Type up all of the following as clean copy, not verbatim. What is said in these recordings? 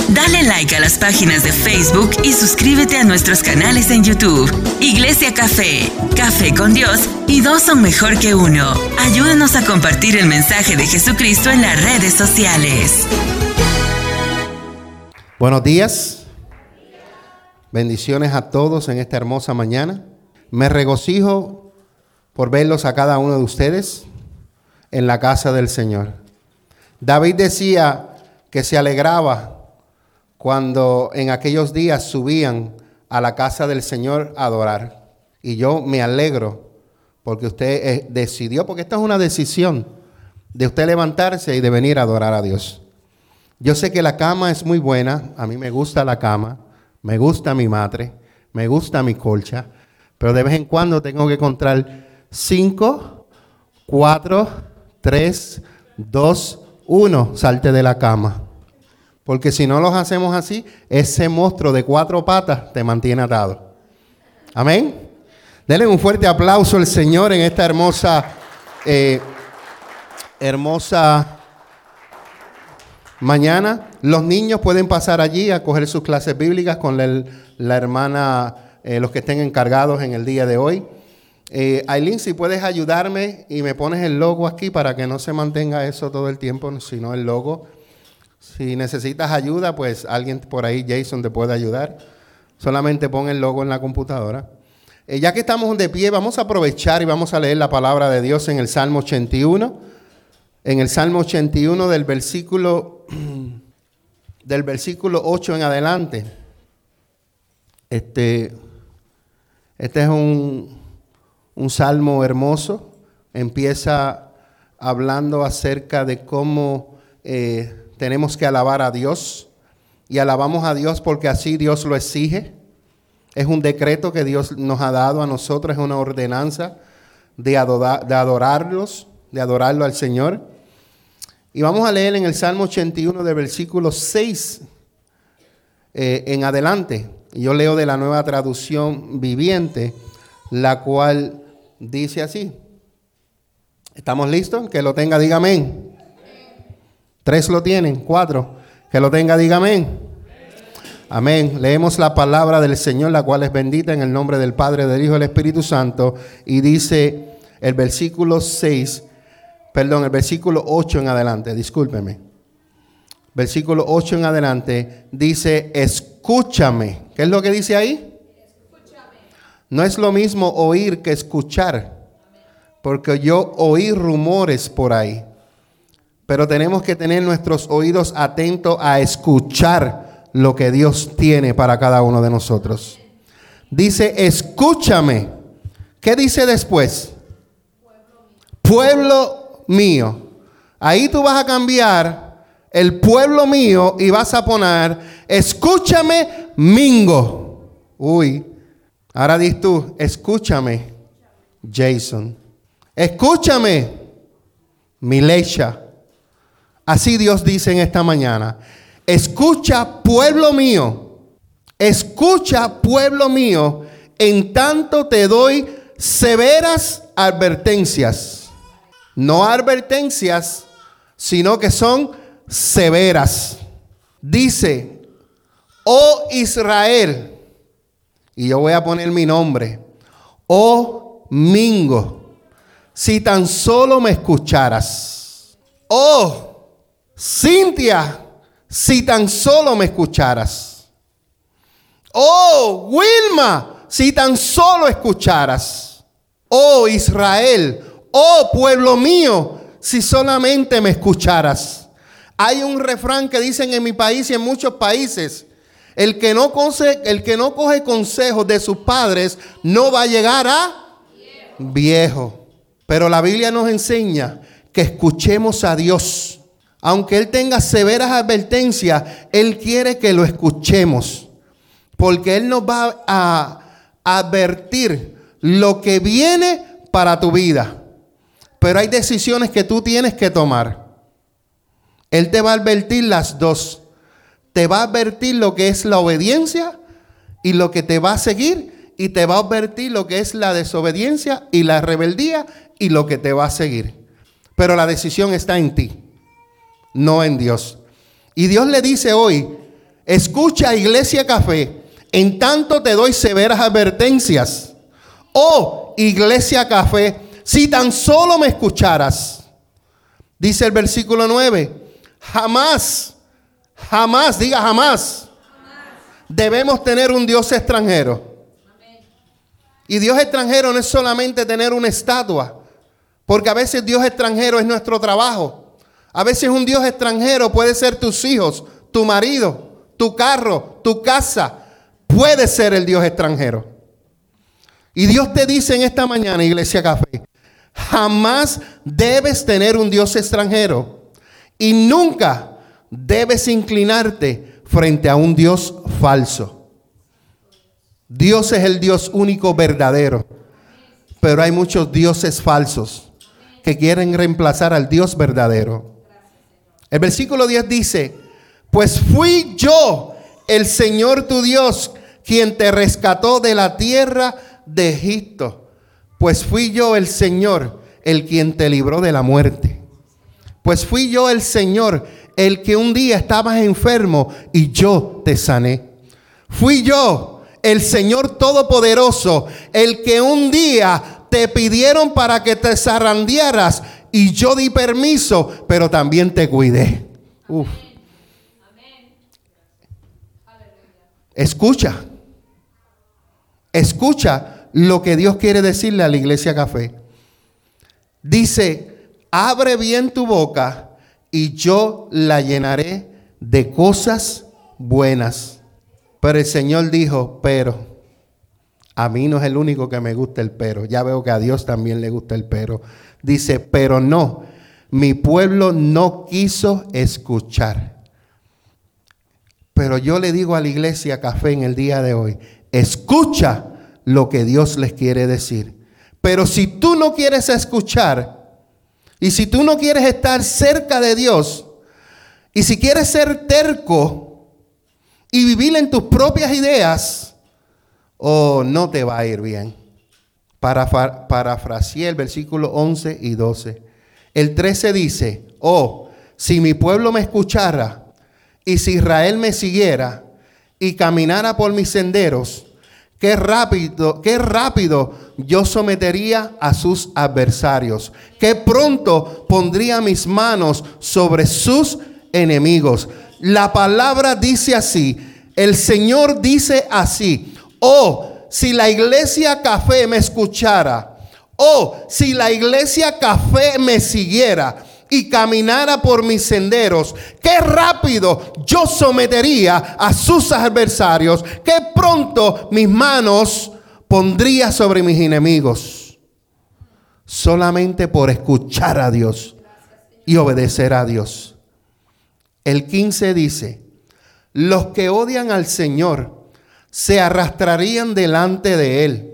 Dale like a las páginas de Facebook y suscríbete a nuestros canales en YouTube. Iglesia Café, Café con Dios y dos son mejor que uno. Ayúdanos a compartir el mensaje de Jesucristo en las redes sociales. Buenos días. Bendiciones a todos en esta hermosa mañana. Me regocijo por verlos a cada uno de ustedes en la casa del Señor. David decía que se alegraba cuando en aquellos días subían a la casa del Señor a adorar. Y yo me alegro porque usted decidió, porque esta es una decisión de usted levantarse y de venir a adorar a Dios. Yo sé que la cama es muy buena, a mí me gusta la cama, me gusta mi madre, me gusta mi colcha, pero de vez en cuando tengo que contar 5, 4, 3, 2, 1, salte de la cama. Porque si no los hacemos así, ese monstruo de 4 patas te mantiene atado. Amén. Denle un fuerte aplauso al Señor en esta hermosa mañana. Los niños pueden pasar allí a coger sus clases bíblicas con la hermana, los que estén encargados en el día de hoy. Aileen, si puedes ayudarme y me pones el logo aquí para que no se mantenga eso todo el tiempo, sino el logo. Si necesitas ayuda, pues alguien por ahí, Jason, te puede ayudar. Solamente pon el logo en la computadora. Ya que estamos de pie, vamos a aprovechar y vamos a leer la palabra de Dios en el Salmo 81. En el Salmo 81 del versículo 8 en adelante. Este es un salmo hermoso. Empieza hablando acerca de cómo tenemos que alabar a Dios. Y alabamos a Dios porque así Dios lo exige. Es un decreto que Dios nos ha dado a nosotros. Es una ordenanza de adorarlo al Señor. Y vamos a leer en el Salmo 81 del versículo 6 en adelante. Yo leo de la Nueva Traducción Viviente, la cual dice así. ¿Estamos listos? Que lo tenga, diga amén. 3 lo tienen, 4. Que lo tenga, diga amén. Amén. Leemos la palabra del Señor, la cual es bendita en el nombre del Padre, del Hijo y del Espíritu Santo. Y dice el versículo 8 en adelante, discúlpeme. Versículo 8 en adelante dice, escúchame. ¿Qué es lo que dice ahí? Escúchame. No es lo mismo oír que escuchar, porque yo oí rumores por ahí. Pero tenemos que tener nuestros oídos atentos a escuchar lo que Dios tiene para cada uno de nosotros. Dice, escúchame. ¿Qué dice después? Pueblo mío. Ahí tú vas a cambiar el pueblo mío y vas a poner, escúchame, Mingo. Uy, ahora dices tú, escúchame, Jason. Escúchame, Milecha. Así Dios dice en esta mañana, escucha, pueblo mío, escucha, pueblo mío, en tanto te doy severas advertencias. No advertencias, sino que son severas. Dice, oh Israel, y yo voy a poner mi nombre, oh Mingo, si tan solo me escucharas. Oh Cintia, si tan solo me escucharas. Oh Wilma, si tan solo escucharas. Oh Israel, oh pueblo mío, si solamente me escucharas. Hay un refrán que dicen en mi país y en muchos países, el que no coge consejos de sus padres no va a llegar a viejo. Pero la Biblia nos enseña que escuchemos a Dios. Aunque Él tenga severas advertencias, Él quiere que lo escuchemos. Porque Él nos va a advertir lo que viene para tu vida. Pero hay decisiones que tú tienes que tomar. Él te va a advertir las dos. Te va a advertir lo que es la obediencia y lo que te va a seguir. Y te va a advertir lo que es la desobediencia y la rebeldía y lo que te va a seguir. Pero la decisión está en ti, no en Dios. Y Dios le dice hoy, Escucha, Iglesia Café, en tanto te doy severas advertencias. Oh, Iglesia Café, si tan solo me escucharas. Dice el versículo 9, jamás, diga jamás, debemos tener un Dios extranjero. Y Dios extranjero no es solamente tener una estatua, porque a veces Dios extranjero es nuestro trabajo. A veces un Dios extranjero puede ser tus hijos, tu marido, tu carro, tu casa. Puede ser el Dios extranjero. Y Dios te dice en esta mañana, Iglesia Café, jamás debes tener un Dios extranjero. Y nunca debes inclinarte frente a un Dios falso. Dios es el Dios único verdadero, pero hay muchos dioses falsos que quieren reemplazar al Dios verdadero. El versículo 10 dice, pues fui yo, el Señor tu Dios, quien te rescató de la tierra de Egipto. Pues fui yo el Señor, el quien te libró de la muerte. Pues fui yo el Señor, el que un día estabas enfermo y yo te sané. Fui yo, el Señor Todopoderoso, el que un día te pidieron para que te zarandearas y yo di permiso, pero también te cuidé. Uf. Escucha lo que Dios quiere decirle a la Iglesia Café. Dice, abre bien tu boca y yo la llenaré de cosas buenas. Pero el Señor dijo, pero a mí no es el único que me gusta el pero. Ya veo que a Dios también le gusta el pero. Dice, pero no, mi pueblo no quiso escuchar. Pero yo le digo a la Iglesia Café en el día de hoy, escucha lo que Dios les quiere decir. Pero si tú no quieres escuchar y si tú no quieres estar cerca de Dios y si quieres ser terco y vivir en tus propias ideas, no te va a ir bien. Parafraseé el versículo 11 y 12. El 13 dice, si mi pueblo me escuchara y si Israel me siguiera y caminara por mis senderos, qué rápido yo sometería a sus adversarios. Qué pronto pondría mis manos sobre sus enemigos. La palabra dice así, el Señor dice así, si la Iglesia Café me escuchara, si la Iglesia Café me siguiera y caminara por mis senderos, qué rápido yo sometería a sus adversarios, qué pronto mis manos pondría sobre mis enemigos. Solamente por escuchar a Dios y obedecer a Dios. El 15 dice, los que odian al Señor se arrastrarían delante de Él.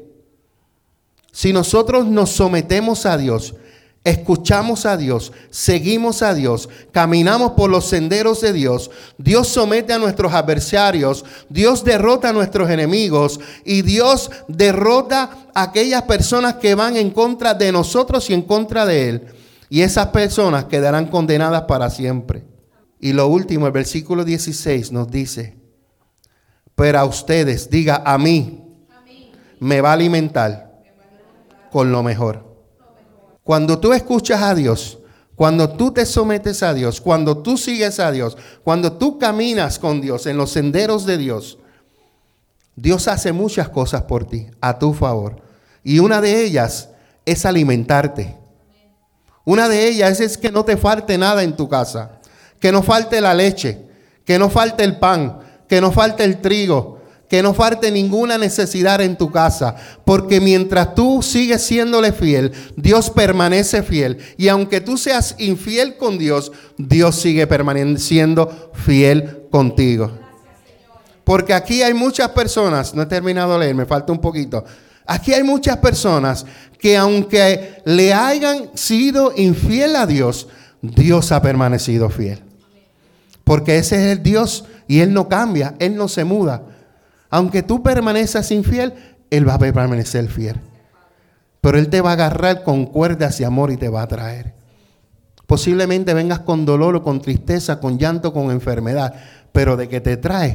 Si nosotros nos sometemos a Dios, escuchamos a Dios, seguimos a Dios, caminamos por los senderos de Dios, Dios somete a nuestros adversarios, Dios derrota a nuestros enemigos y Dios derrota a aquellas personas que van en contra de nosotros y en contra de Él. Y esas personas quedarán condenadas para siempre. Y lo último, el versículo 16 nos dice, pero a ustedes, diga a mí, me va a alimentar con lo mejor. Cuando tú escuchas a Dios, cuando tú te sometes a Dios, cuando tú sigues a Dios, cuando tú caminas con Dios en los senderos de Dios, Dios hace muchas cosas por ti, a tu favor. Y una de ellas es alimentarte. Una de ellas es que no te falte nada en tu casa. Que no falte la leche, que no falte el pan, que no falte el trigo, que no falte ninguna necesidad en tu casa. Porque mientras tú sigues siéndole fiel, Dios permanece fiel. Y aunque tú seas infiel con Dios, Dios sigue permaneciendo fiel contigo. Porque aquí hay muchas personas, no he terminado de leer, me falta un poquito. Aquí hay muchas personas que aunque le hayan sido infiel a Dios, Dios ha permanecido fiel. Porque ese es el Dios y Él no cambia, Él no se muda. Aunque tú permanezcas infiel, Él va a permanecer fiel. Pero Él te va a agarrar con cuerdas de amor y te va a traer. Posiblemente vengas con dolor o con tristeza, con llanto, con enfermedad. Pero de que te trae,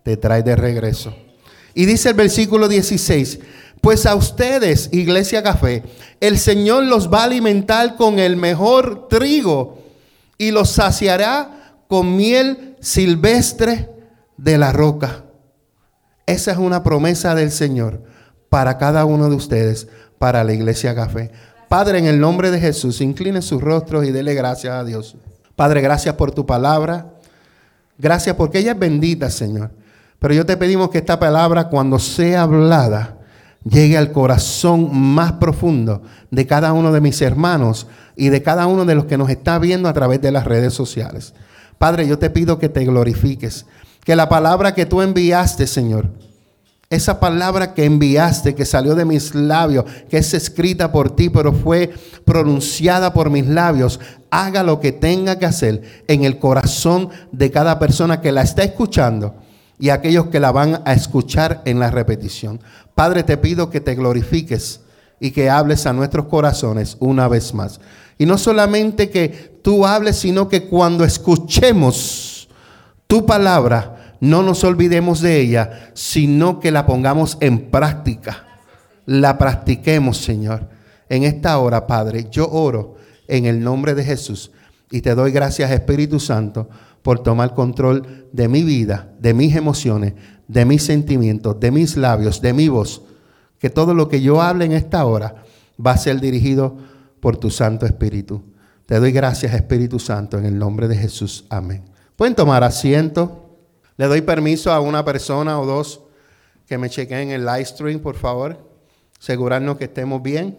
te trae de regreso. Y dice el versículo 16, pues a ustedes, Iglesia Café, el Señor los va a alimentar con el mejor trigo y los saciará con miel silvestre de la roca. Esa es una promesa del Señor para cada uno de ustedes, para la Iglesia Café. Padre, en el nombre de Jesús, incline sus rostros y dele gracias a Dios. Padre, gracias por tu palabra. Gracias porque ella es bendita, Señor. Pero yo te pedimos que esta palabra, cuando sea hablada, llegue al corazón más profundo de cada uno de mis hermanos y de cada uno de los que nos está viendo a través de las redes sociales. Padre, yo te pido que te glorifiques, que la palabra que tú enviaste, Señor, esa palabra que enviaste, que salió de mis labios, que es escrita por ti, pero fue pronunciada por mis labios, haga lo que tenga que hacer en el corazón de cada persona que la está escuchando y aquellos que la van a escuchar en la repetición. Padre, te pido que te glorifiques y que hables a nuestros corazones una vez más. Y no solamente que tú hables, sino que cuando escuchemos tu palabra, no nos olvidemos de ella, sino que la pongamos en práctica. La practiquemos, Señor. En esta hora, Padre, yo oro en el nombre de Jesús y te doy gracias, Espíritu Santo, por tomar control de mi vida, de mis emociones, de mis sentimientos, de mis labios, de mi voz. Que todo lo que yo hable en esta hora va a ser dirigido por tu Santo Espíritu. Te doy gracias, Espíritu Santo, en el nombre de Jesús. Amén. Pueden tomar asiento. Le doy permiso a una persona o dos que me chequeen el live stream, por favor. Asegurarnos que estemos bien.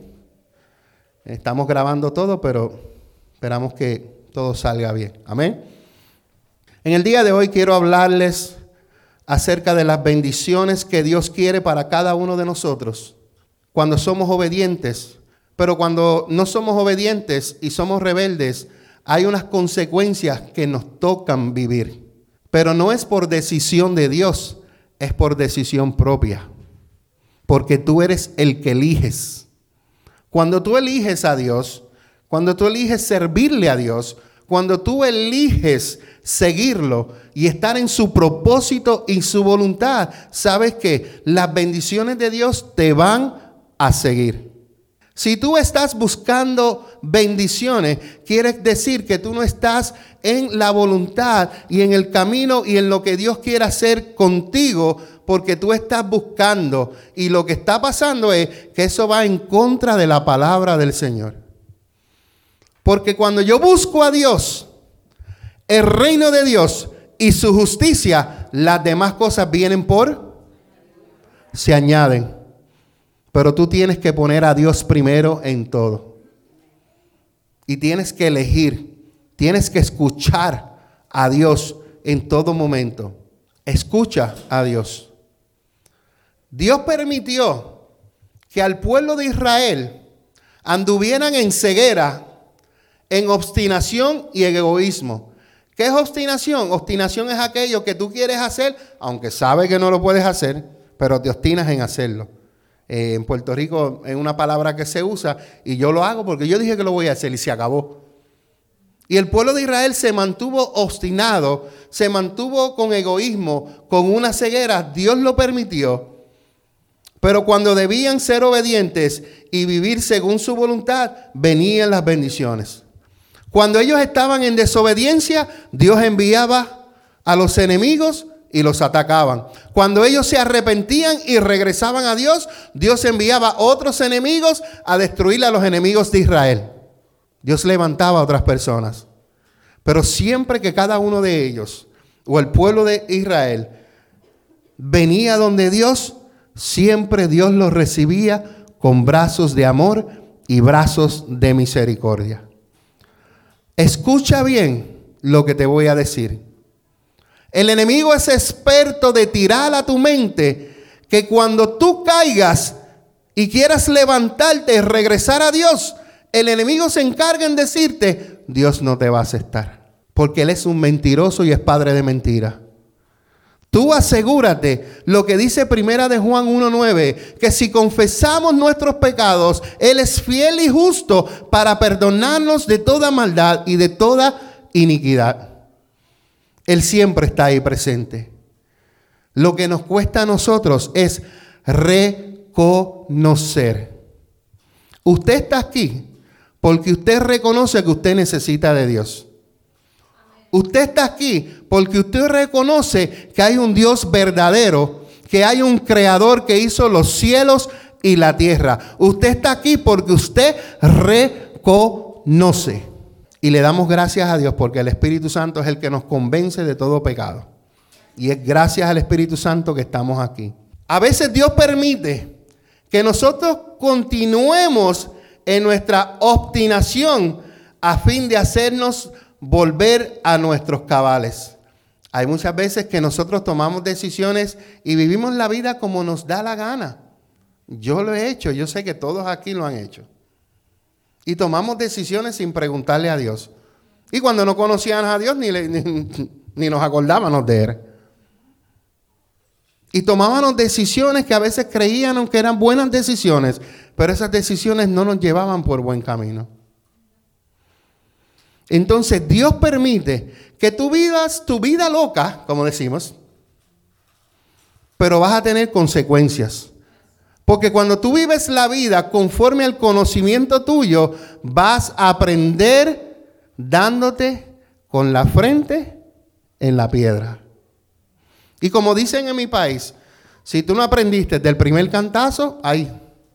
Estamos grabando todo, pero esperamos que todo salga bien. Amén. En el día de hoy quiero hablarles acerca de las bendiciones que Dios quiere para cada uno de nosotros cuando somos obedientes. Pero cuando no somos obedientes y somos rebeldes, hay unas consecuencias que nos tocan vivir. Pero no es por decisión de Dios, es por decisión propia. Porque tú eres el que eliges. Cuando tú eliges a Dios, cuando tú eliges servirle a Dios, cuando tú eliges seguirlo y estar en su propósito y su voluntad, sabes que las bendiciones de Dios te van a seguir. Si tú estás buscando bendiciones, quiere decir que tú no estás en la voluntad y en el camino y en lo que Dios quiere hacer contigo, porque tú estás buscando. Y lo que está pasando es que eso va en contra de la palabra del Señor. Porque cuando yo busco a Dios, el reino de Dios y su justicia, las demás cosas vienen se añaden. Pero tú tienes que poner a Dios primero en todo. Y tienes que elegir, tienes que escuchar a Dios en todo momento. Escucha a Dios. Dios permitió que al pueblo de Israel anduvieran en ceguera, en obstinación y en egoísmo. ¿Qué es obstinación? Obstinación es aquello que tú quieres hacer, aunque sabes que no lo puedes hacer, pero te obstinas en hacerlo. En Puerto Rico es una palabra que se usa y yo lo hago porque yo dije que lo voy a hacer y se acabó. Y el pueblo de Israel se mantuvo obstinado, se mantuvo con egoísmo, con una ceguera. Dios lo permitió. Pero cuando debían ser obedientes y vivir según su voluntad, venían las bendiciones. Cuando ellos estaban en desobediencia, Dios enviaba a los enemigos y los atacaban. Cuando ellos se arrepentían y regresaban a Dios, Dios enviaba otros enemigos a destruir a los enemigos de Israel. Dios levantaba a otras personas. Pero siempre que cada uno de ellos, o el pueblo de Israel, venía donde Dios, siempre Dios los recibía con brazos de amor y brazos de misericordia. Escucha bien lo que te voy a decir. El enemigo es experto de tirar a tu mente que cuando tú caigas y quieras levantarte y regresar a Dios, el enemigo se encarga en decirte, Dios no te va a aceptar. Porque Él es un mentiroso y es padre de mentira. Tú asegúrate lo que dice Primera de Juan 1:9, que si confesamos nuestros pecados, Él es fiel y justo para perdonarnos de toda maldad y de toda iniquidad. Él siempre está ahí presente. Lo que nos cuesta a nosotros es reconocer. Usted está aquí porque usted reconoce que usted necesita de Dios. Usted está aquí porque usted reconoce que hay un Dios verdadero, que hay un creador que hizo los cielos y la tierra. Usted está aquí porque usted reconoce. Y le damos gracias a Dios porque el Espíritu Santo es el que nos convence de todo pecado. Y es gracias al Espíritu Santo que estamos aquí. A veces Dios permite que nosotros continuemos en nuestra obstinación a fin de hacernos volver a nuestros cabales. Hay muchas veces que nosotros tomamos decisiones y vivimos la vida como nos da la gana. Yo lo he hecho, yo sé que todos aquí lo han hecho. Y tomamos decisiones sin preguntarle a Dios. Y cuando no conocían a Dios ni nos acordábamos de Él. Y tomábamos decisiones que a veces creíamos que eran buenas decisiones, pero esas decisiones no nos llevaban por buen camino. Entonces Dios permite que tú vivas tu vida loca, como decimos, pero vas a tener consecuencias. Porque cuando tú vives la vida conforme al conocimiento tuyo, vas a aprender dándote con la frente en la piedra. Y como dicen en mi país, si tú no aprendiste del primer cantazo, ahí.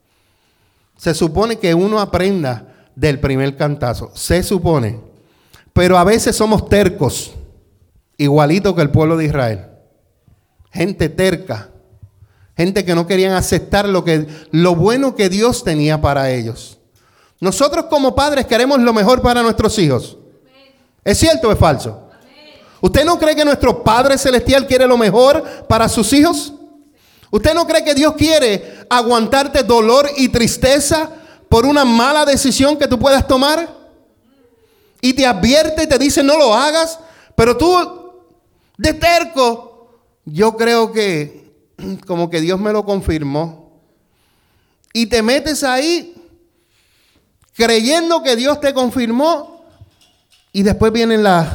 Se supone que uno aprenda del primer cantazo. Se supone. Pero a veces somos tercos, igualito que el pueblo de Israel. Gente terca. Gente que no querían aceptar lo bueno que Dios tenía para ellos. Nosotros como padres queremos lo mejor para nuestros hijos. ¿Es cierto o es falso? ¿Usted no cree que nuestro Padre Celestial quiere lo mejor para sus hijos? ¿Usted no cree que Dios quiere aguantarte dolor y tristeza por una mala decisión que tú puedas tomar? Y te advierte y te dice no lo hagas, pero tú de terco, yo creo que como que Dios me lo confirmó. Y te metes ahí creyendo que Dios te confirmó y después vienen las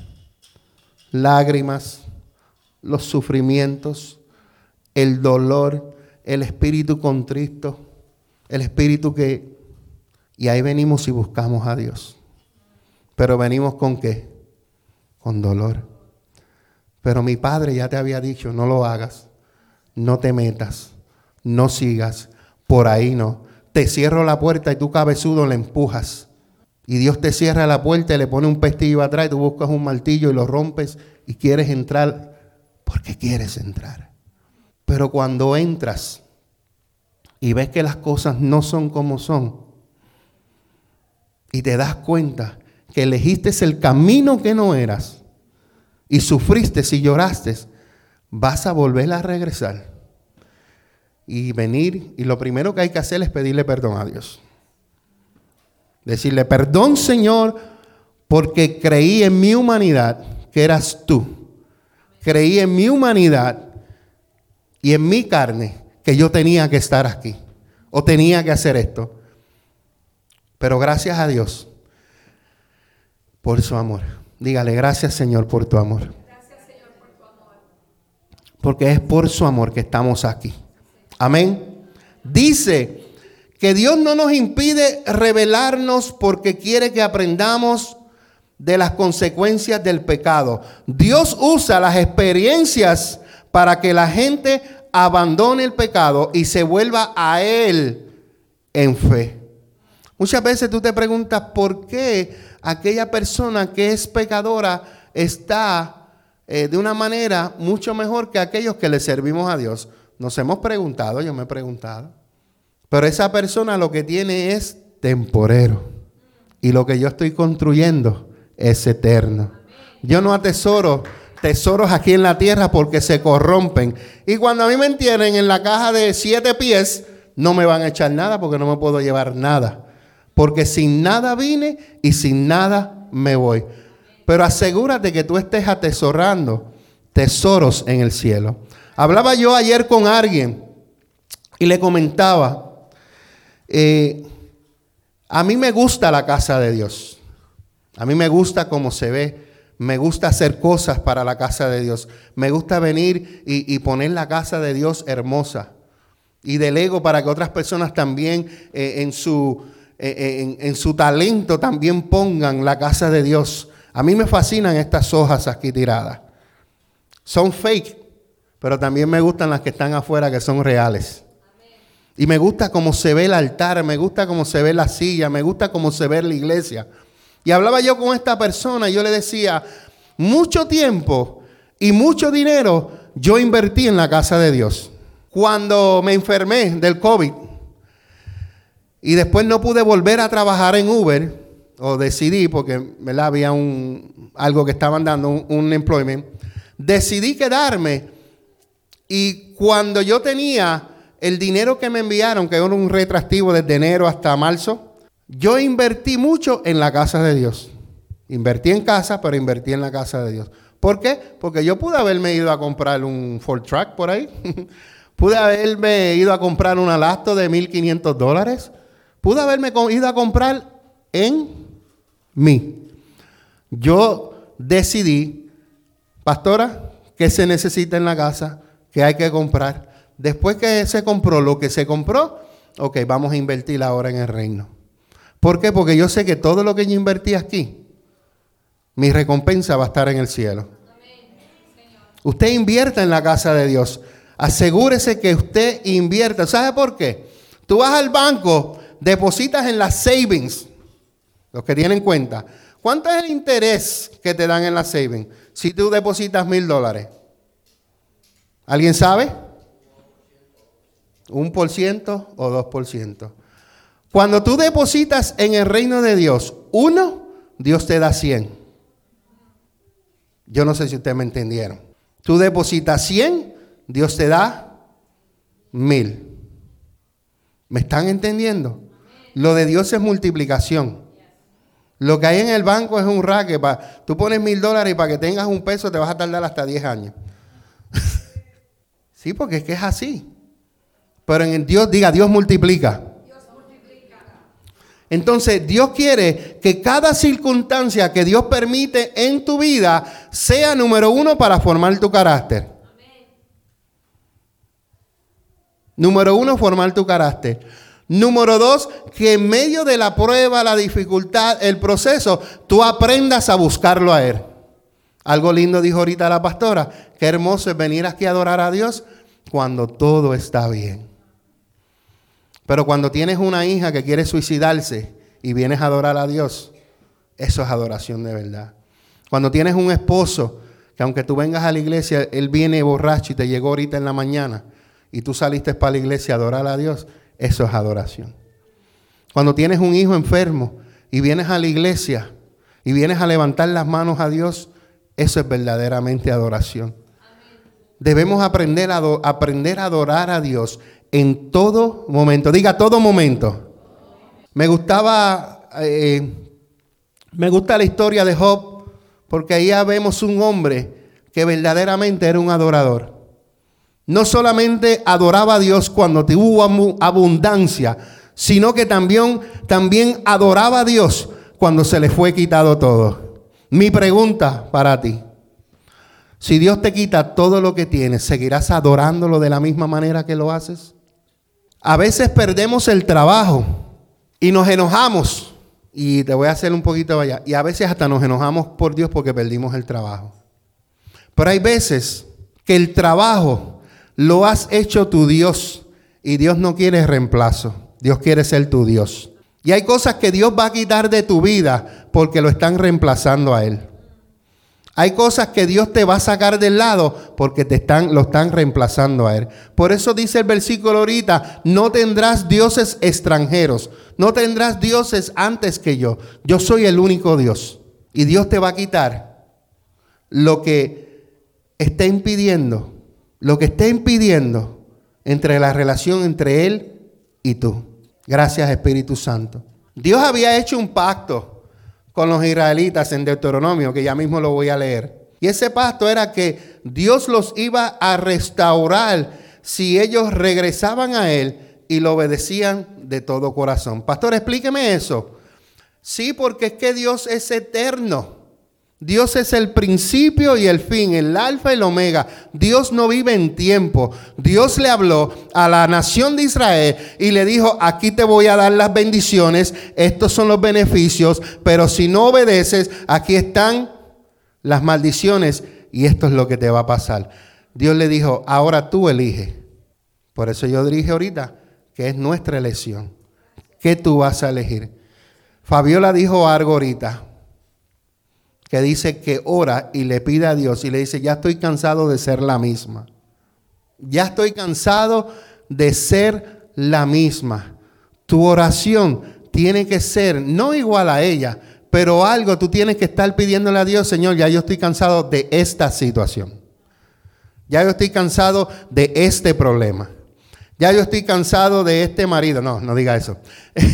lágrimas, los sufrimientos, el dolor, el espíritu contrito, el espíritu que... Y ahí venimos y buscamos a Dios. Pero venimos ¿con qué? Con dolor. Pero mi padre ya te había dicho, no lo hagas, no te metas, no sigas, por ahí no. Te cierro la puerta y tú cabezudo le empujas. Y Dios te cierra la puerta y le pone un pestillo atrás y tú buscas un martillo y lo rompes y quieres entrar porque quieres entrar. Pero cuando entras y ves que las cosas no son como son y te das cuenta que elegiste el camino que no eras y sufriste y lloraste, vas a volver a regresar y venir y lo primero que hay que hacer es pedirle perdón a Dios. Decirle, perdón Señor, porque creí en mi humanidad que eras tú. Creí en mi humanidad y en mi carne que yo tenía que estar aquí o tenía que hacer esto. Pero gracias a Dios por su amor. Dígale, gracias Señor por tu amor. Gracias Señor por tu amor. Porque es por su amor que estamos aquí. Amén. Dice que Dios no nos impide revelarnos porque quiere que aprendamos de las consecuencias del pecado. Dios usa las experiencias para que la gente abandone el pecado y se vuelva a Él en fe. Muchas veces tú te preguntas por qué aquella persona que es pecadora está de una manera mucho mejor que aquellos que le servimos a Dios. Nos hemos preguntado, yo me he preguntado. Pero esa persona lo que tiene es temporero. Y lo que yo estoy construyendo es eterno. Yo no atesoro tesoros aquí en la tierra porque se corrompen. Y cuando a mí me entienden en la caja de 7 pies, no me van a echar nada porque no me puedo llevar nada. Porque sin nada vine y sin nada me voy. Pero asegúrate que tú estés atesorando tesoros en el cielo. Hablaba yo ayer con alguien y le comentaba, a mí me gusta la casa de Dios. A mí me gusta cómo se ve. me gusta hacer cosas para la casa de Dios. Me gusta venir y poner la casa de Dios hermosa. Y delego para que otras personas también en su talento también pongan la casa de Dios. A mí me fascinan estas hojas aquí tiradas. Son fake, pero también me gustan las que están afuera, que son reales. Y me gusta cómo se ve el altar, me gusta cómo se ve la silla, me gusta cómo se ve la iglesia. Y hablaba yo con esta persona y yo le decía, mucho tiempo y mucho dinero yo invertí en la casa de Dios. Cuando me enfermé del COVID y después no pude volver a trabajar en Uber, o decidí, porque ¿verdad? Había algo que estaban dando, un employment, decidí quedarme. Y cuando yo tenía el dinero que me enviaron, que era un retroactivo desde enero hasta marzo, yo invertí mucho en la casa de Dios. Invertí en casa, pero invertí en la casa de Dios. ¿Por qué? Porque yo pude haberme ido a comprar un Ford Track por ahí. Pude haberme ido a comprar una Lasto de $1,500. Pude haberme ido a comprar en mí. Yo decidí, pastora, ¿qué se necesita en la casa? ¿Qué hay que comprar? Después que se compró lo que se compró, ok, vamos a invertir ahora en el reino. ¿Por qué? Porque yo sé que todo lo que yo invertí aquí, mi recompensa va a estar en el cielo. Usted invierta en la casa de Dios. Asegúrese que usted invierta. ¿Sabe por qué? Tú vas al banco, depositas en las savings, los que tienen cuenta. ¿Cuánto es el interés que te dan en las savings si tú depositas $1,000? ¿Alguien sabe? 1% o 2%. Cuando tú depositas en el reino de Dios 1, Dios te da 100. Yo no sé si ustedes me entendieron. Tú depositas 100, Dios te da 1,000. ¿Me están entendiendo? Lo de Dios es multiplicación. Lo que hay en el banco es un racket. Tú pones $1,000 y para que tengas un peso te vas a tardar hasta 10 años. Sí, porque es que es así. Pero en Dios, diga, Dios multiplica. Dios multiplica. Entonces, Dios quiere que cada circunstancia que Dios permite en tu vida sea número 1 para formar tu carácter. Amén. Número 1, formar tu carácter. Número 2, que en medio de la prueba, la dificultad, el proceso, tú aprendas a buscarlo a Él. Algo lindo dijo ahorita la pastora. Qué hermoso es venir aquí a adorar a Dios cuando todo está bien. Pero cuando tienes una hija que quiere suicidarse y vienes a adorar a Dios, eso es adoración de verdad. Cuando tienes un esposo que aunque tú vengas a la iglesia, él viene borracho y te llegó ahorita en la mañana y tú saliste para la iglesia a adorar a Dios, eso es adoración. Cuando tienes un hijo enfermo y vienes a la iglesia y vienes a levantar las manos a Dios, eso es verdaderamente adoración. Debemos aprender a adorar a Dios en todo momento. Diga, todo momento. Me gusta la historia de Job, porque ahí vemos un hombre que verdaderamente era un adorador. No solamente adoraba a Dios cuando tuvo abundancia, sino que también adoraba a Dios cuando se le fue quitado todo. Mi pregunta para ti: si Dios te quita todo lo que tienes, ¿seguirás adorándolo de la misma manera que lo haces? A veces perdemos el trabajo y nos enojamos. Y te voy a hacer un poquito allá. Y a veces hasta nos enojamos por Dios porque perdimos el trabajo. Pero hay veces que el trabajo lo has hecho tu Dios y Dios no quiere reemplazo. Dios quiere ser tu Dios. Y hay cosas que Dios va a quitar de tu vida porque lo están reemplazando a Él. Hay cosas que Dios te va a sacar del lado porque lo están reemplazando a Él. Por eso dice el versículo ahorita: no tendrás dioses extranjeros, no tendrás dioses antes que yo. Yo soy el único Dios. Y Dios te va a quitar lo que esté impidiendo entre la relación entre Él y tú. Gracias, Espíritu Santo. Dios había hecho un pacto con los israelitas en Deuteronomio, que ya mismo lo voy a leer. Y ese pacto era que Dios los iba a restaurar si ellos regresaban a Él y lo obedecían de todo corazón. Pastor, explíqueme eso. Sí, porque es que Dios es eterno. Dios es el principio y el fin, el alfa y el omega. Dios no vive en tiempo. Dios le habló a la nación de Israel y le dijo, aquí te voy a dar las bendiciones, estos son los beneficios, pero si no obedeces, aquí están las maldiciones y esto es lo que te va a pasar. Dios le dijo, ahora tú eliges. Por eso yo dije ahorita que es nuestra elección. ¿Qué tú vas a elegir? Fabiola dijo algo ahorita, que dice que ora y le pide a Dios y le dice, ya estoy cansado de ser la misma. Ya estoy cansado de ser la misma. Tu oración tiene que ser no igual a ella, pero algo tú tienes que estar pidiéndole a Dios, Señor, ya yo estoy cansado de esta situación. Ya yo estoy cansado de este problema. Ya yo estoy cansado de este marido. No, no diga eso.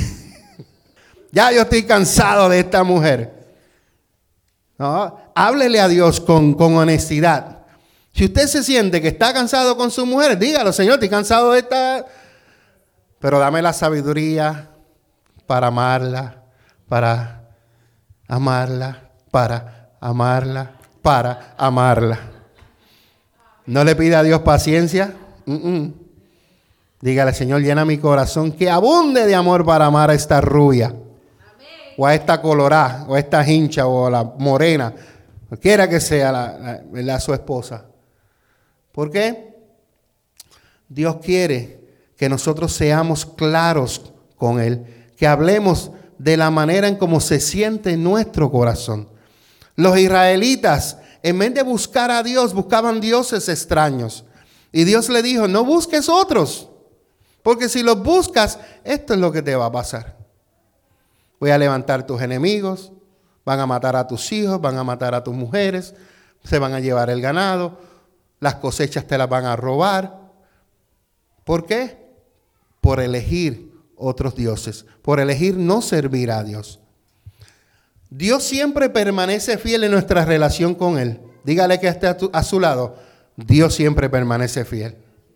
Ya yo estoy cansado de esta mujer. No, háblele a Dios con honestidad. Si usted se siente que está cansado con su mujer, dígalo, Señor, estoy cansado de esta. Pero dame la sabiduría para amarla, para amarla, para amarla, para amarla. No le pida a Dios paciencia. Dígale, Señor, llena mi corazón que abunde de amor para amar a esta rubia. O a esta colorada, o a esta hincha, o a la morena, cualquiera que sea su esposa. ¿Por qué? Dios quiere que nosotros seamos claros con Él, que hablemos de la manera en cómo se siente nuestro corazón. Los israelitas, en vez de buscar a Dios, buscaban dioses extraños. Y Dios le dijo, no busques otros, porque si los buscas, esto es lo que te va a pasar. Voy a levantar tus enemigos, van a matar a tus hijos, van a matar a tus mujeres, se van a llevar el ganado, las cosechas te las van a robar. ¿Por qué? Por elegir otros dioses, por elegir no servir a Dios. Dios siempre permanece fiel en nuestra relación con Él. Dígale que esté a su lado, Dios siempre permanece fiel.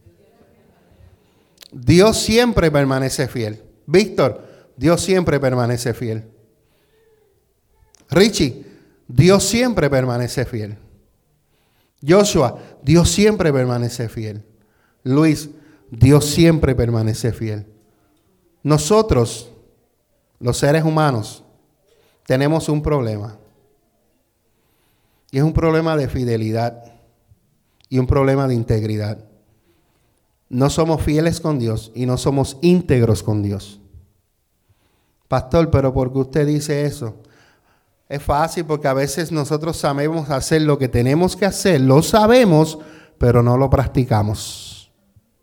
Dios siempre permanece fiel. Víctor, Dios siempre permanece fiel. Richie, Dios siempre permanece fiel. Joshua, Dios siempre permanece fiel. Luis, Dios siempre permanece fiel. Nosotros, los seres humanos, tenemos un problema. Y es un problema de fidelidad y un problema de integridad. No somos fieles con Dios y no somos íntegros con Dios. Pastor, pero ¿por qué usted dice eso? Es fácil porque a veces nosotros sabemos hacer lo que tenemos que hacer, lo sabemos, pero no lo practicamos.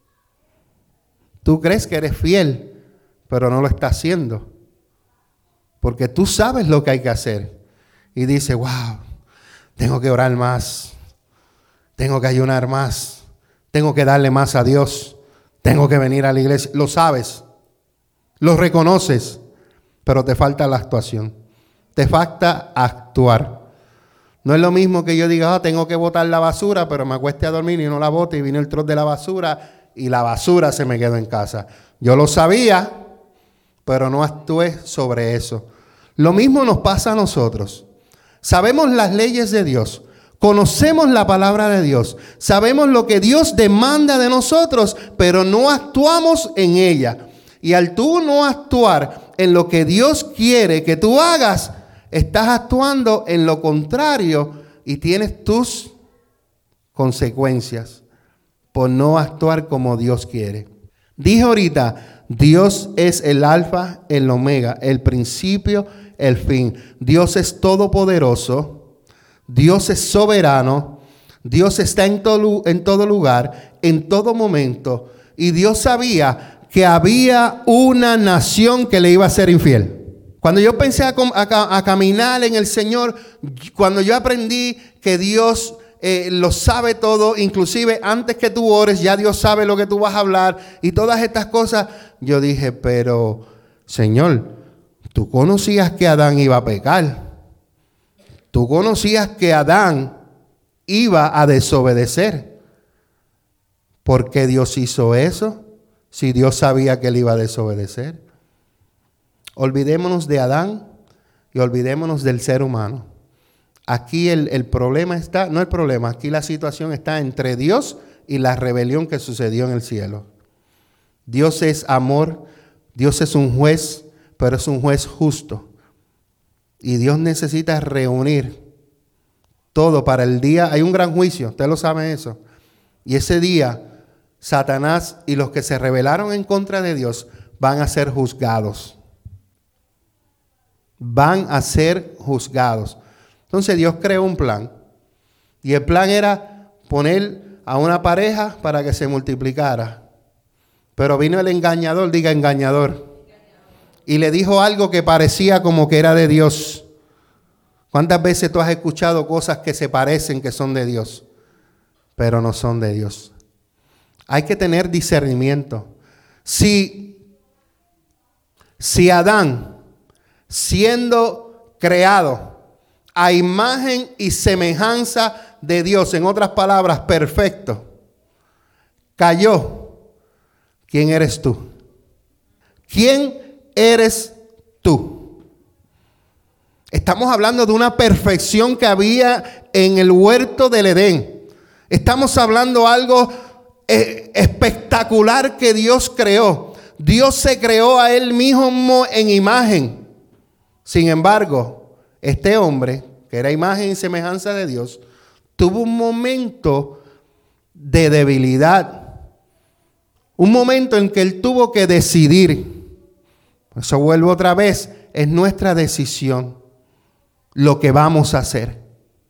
Tú crees que eres fiel, pero no lo estás haciendo. Porque tú sabes lo que hay que hacer. Y dices, wow, tengo que orar más, tengo que ayunar más, tengo que darle más a Dios, tengo que venir a la iglesia. Lo sabes, lo reconoces. Pero te falta la actuación. Te falta actuar. No es lo mismo que yo diga, tengo que botar la basura, pero me acueste a dormir y no la bote y vino el trozo de la basura y la basura se me quedó en casa. Yo lo sabía, pero no actué sobre eso. Lo mismo nos pasa a nosotros. Sabemos las leyes de Dios. Conocemos la palabra de Dios. Sabemos lo que Dios demanda de nosotros, pero no actuamos en ella. Y al tú no actuar en lo que Dios quiere que tú hagas, estás actuando en lo contrario y tienes tus consecuencias por no actuar como Dios quiere. Dije ahorita, Dios es el alfa, el omega, el principio, el fin. Dios es todopoderoso, Dios es soberano, Dios está en todo lugar, en todo momento, y Dios sabía que había una nación que le iba a ser infiel. Cuando yo pensé a caminar en el Señor, cuando yo aprendí que Dios lo sabe todo, inclusive antes que tú ores, ya Dios sabe lo que tú vas a hablar y todas estas cosas, yo dije, pero Señor, tú conocías que Adán iba a pecar. Tú conocías que Adán iba a desobedecer. ¿Por qué Dios hizo eso? Si Dios sabía que él iba a desobedecer. Olvidémonos de Adán y olvidémonos del ser humano. Aquí el problema está, no el problema, aquí la situación está entre Dios y la rebelión que sucedió en el cielo. Dios es amor, Dios es un juez, pero es un juez justo. Y Dios necesita reunir todo para el día. Hay un gran juicio, ustedes lo saben eso. Y ese día, Satanás y los que se rebelaron en contra de Dios van a ser juzgados. Van a ser juzgados. Entonces Dios creó un plan. Y el plan era poner a una pareja para que se multiplicara. Pero vino el engañador, diga engañador. Y le dijo algo que parecía como que era de Dios. ¿Cuántas veces tú has escuchado cosas que se parecen que son de Dios, pero no son de Dios? Hay que tener discernimiento. Si Adán, siendo creado a imagen y semejanza de Dios, en otras palabras, perfecto, cayó, ¿quién eres tú? ¿Quién eres tú? Estamos hablando de una perfección que había en el huerto del Edén. Estamos hablando de algo espectacular que Dios creó. Dios se creó a él mismo en imagen. Sin embargo, este hombre, que era imagen y semejanza de Dios, tuvo un momento de debilidad. Un momento en que él tuvo que decidir. Por eso vuelvo otra vez, es nuestra decisión lo que vamos a hacer.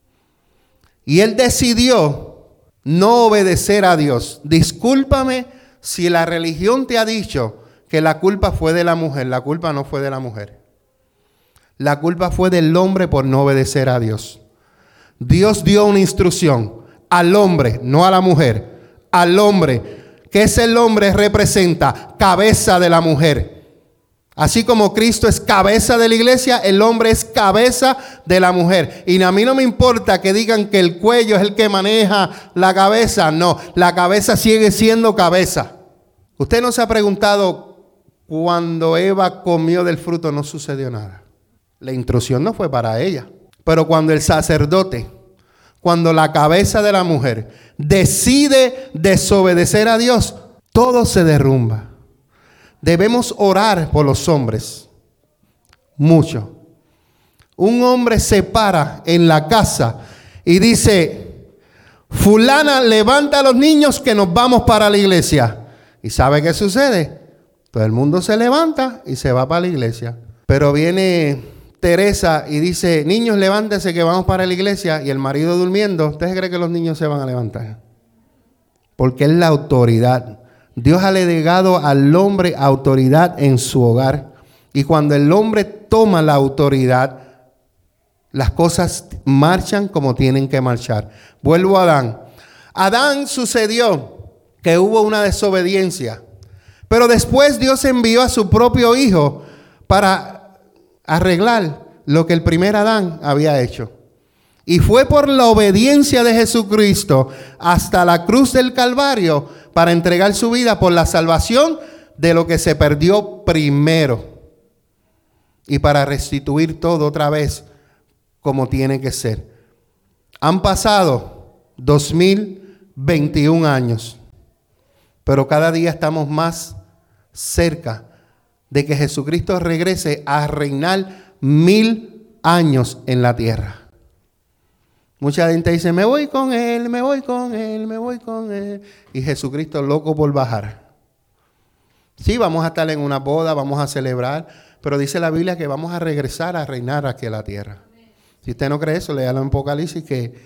Y él decidió no obedecer a Dios. Discúlpame si la religión te ha dicho que la culpa fue de la mujer. La culpa no fue de la mujer. La culpa fue del hombre por no obedecer a Dios. Dios dio una instrucción al hombre, no a la mujer. Al hombre, que es el hombre representa cabeza de la mujer. Así como Cristo es cabeza de la iglesia, el hombre es cabeza de la mujer. Y a mí no me importa que digan que el cuello es el que maneja la cabeza. No, la cabeza sigue siendo cabeza. Usted no se ha preguntado, cuando Eva comió del fruto no sucedió nada. La instrucción no fue para ella. Pero cuando el sacerdote, cuando la cabeza de la mujer decide desobedecer a Dios, todo se derrumba. Debemos orar por los hombres. Mucho. Un hombre se para en la casa y dice: fulana, levanta a los niños que nos vamos para la iglesia. ¿Y sabe qué sucede? Todo el mundo se levanta y se va para la iglesia. Pero viene Teresa y dice: niños, levántense que vamos para la iglesia. Y el marido durmiendo. ¿Usted cree que los niños se van a levantar? Porque es la autoridad. Dios ha delegado al hombre autoridad en su hogar. Y cuando el hombre toma la autoridad, las cosas marchan como tienen que marchar. Vuelvo a Adán. Adán sucedió que hubo una desobediencia. Pero después Dios envió a su propio hijo para arreglar lo que el primer Adán había hecho. Y fue por la obediencia de Jesucristo hasta la cruz del Calvario para entregar su vida por la salvación de lo que se perdió primero. Y para restituir todo otra vez como tiene que ser. Han pasado 2021 años. Pero cada día estamos más cerca de que Jesucristo regrese a reinar 1000 años en la tierra. Mucha gente dice: me voy con él, me voy con él, me voy con él. Y Jesucristo loco por bajar. Sí, vamos a estar en una boda, vamos a celebrar, pero dice la Biblia que vamos a regresar a reinar aquí en la tierra. Si usted no cree eso, léalo en Apocalipsis, que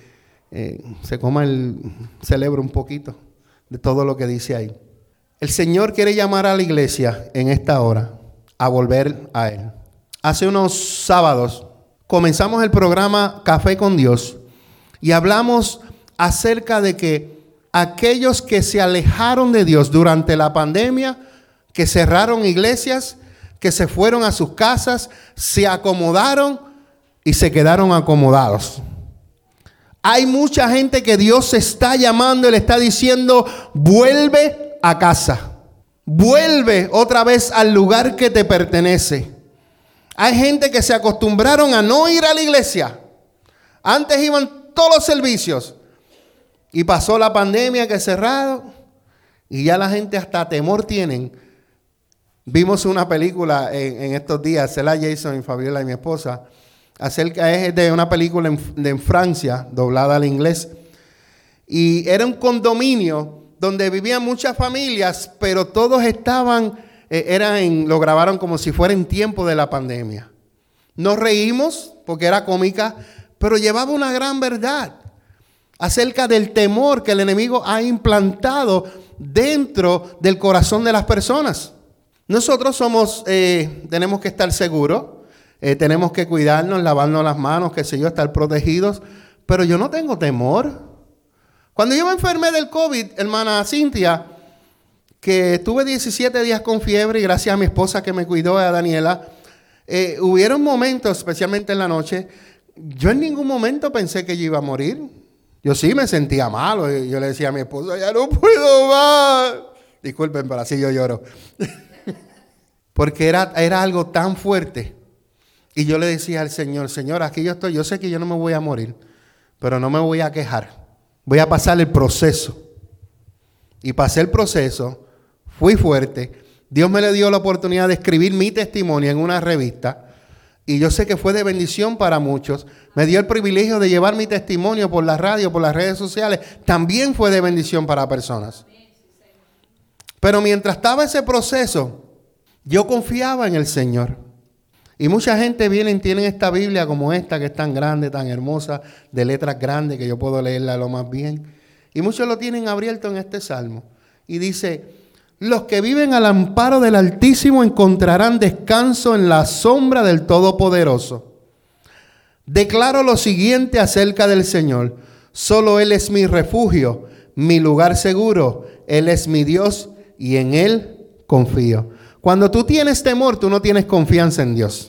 celebre un poquito de todo lo que dice ahí. El Señor quiere llamar a la iglesia en esta hora a volver a Él. Hace unos sábados comenzamos el programa Café con Dios. Y hablamos acerca de que aquellos que se alejaron de Dios durante la pandemia, que cerraron iglesias, que se fueron a sus casas, se acomodaron y se quedaron acomodados. Hay mucha gente que Dios está llamando y le está diciendo: vuelve a casa. Vuelve otra vez al lugar que te pertenece. Hay gente que se acostumbraron a no ir a la iglesia. Antes iban todos los servicios. Y pasó la pandemia que cerraron. Y ya la gente hasta temor tienen. Vimos una película en estos días, Cela Jason y Fabiola y mi esposa, acerca de una película en Francia, doblada al inglés. Y era un condominio donde vivían muchas familias, pero todos estaban, lo grabaron como si fuera en tiempo de la pandemia. Nos reímos porque era cómica, pero llevaba una gran verdad acerca del temor que el enemigo ha implantado dentro del corazón de las personas. Nosotros tenemos que estar seguros, tenemos que cuidarnos, lavarnos las manos, qué sé yo, estar protegidos, pero yo no tengo temor. Cuando yo me enfermé del COVID, hermana Cintia, que estuve 17 días con fiebre y gracias a mi esposa que me cuidó, a Daniela, hubieron momentos, especialmente en la noche, yo en ningún momento pensé que yo iba a morir. Yo sí me sentía malo. Yo le decía a mi esposa, ya no puedo más. Disculpen, pero así yo lloro. Porque era algo tan fuerte. Y yo le decía al Señor, Señor, aquí yo estoy. Yo sé que yo no me voy a morir, pero no me voy a quejar. Voy a pasar el proceso. Y pasé el proceso. Fui fuerte. Dios me le dio la oportunidad de escribir mi testimonio en una revista. Y yo sé que fue de bendición para muchos. Me dio el privilegio de llevar mi testimonio por la radio, por las redes sociales. También fue de bendición para personas. Pero mientras estaba ese proceso, yo confiaba en el Señor. Y mucha gente tienen esta Biblia como esta, que es tan grande, tan hermosa, de letras grandes, que yo puedo leerla lo más bien. Y muchos lo tienen abierto en este salmo. Y dice: los que viven al amparo del Altísimo encontrarán descanso en la sombra del Todopoderoso. Declaro lo siguiente acerca del Señor: solo Él es mi refugio, mi lugar seguro. Él es mi Dios y en Él confío. Cuando tú tienes temor, tú no tienes confianza en Dios.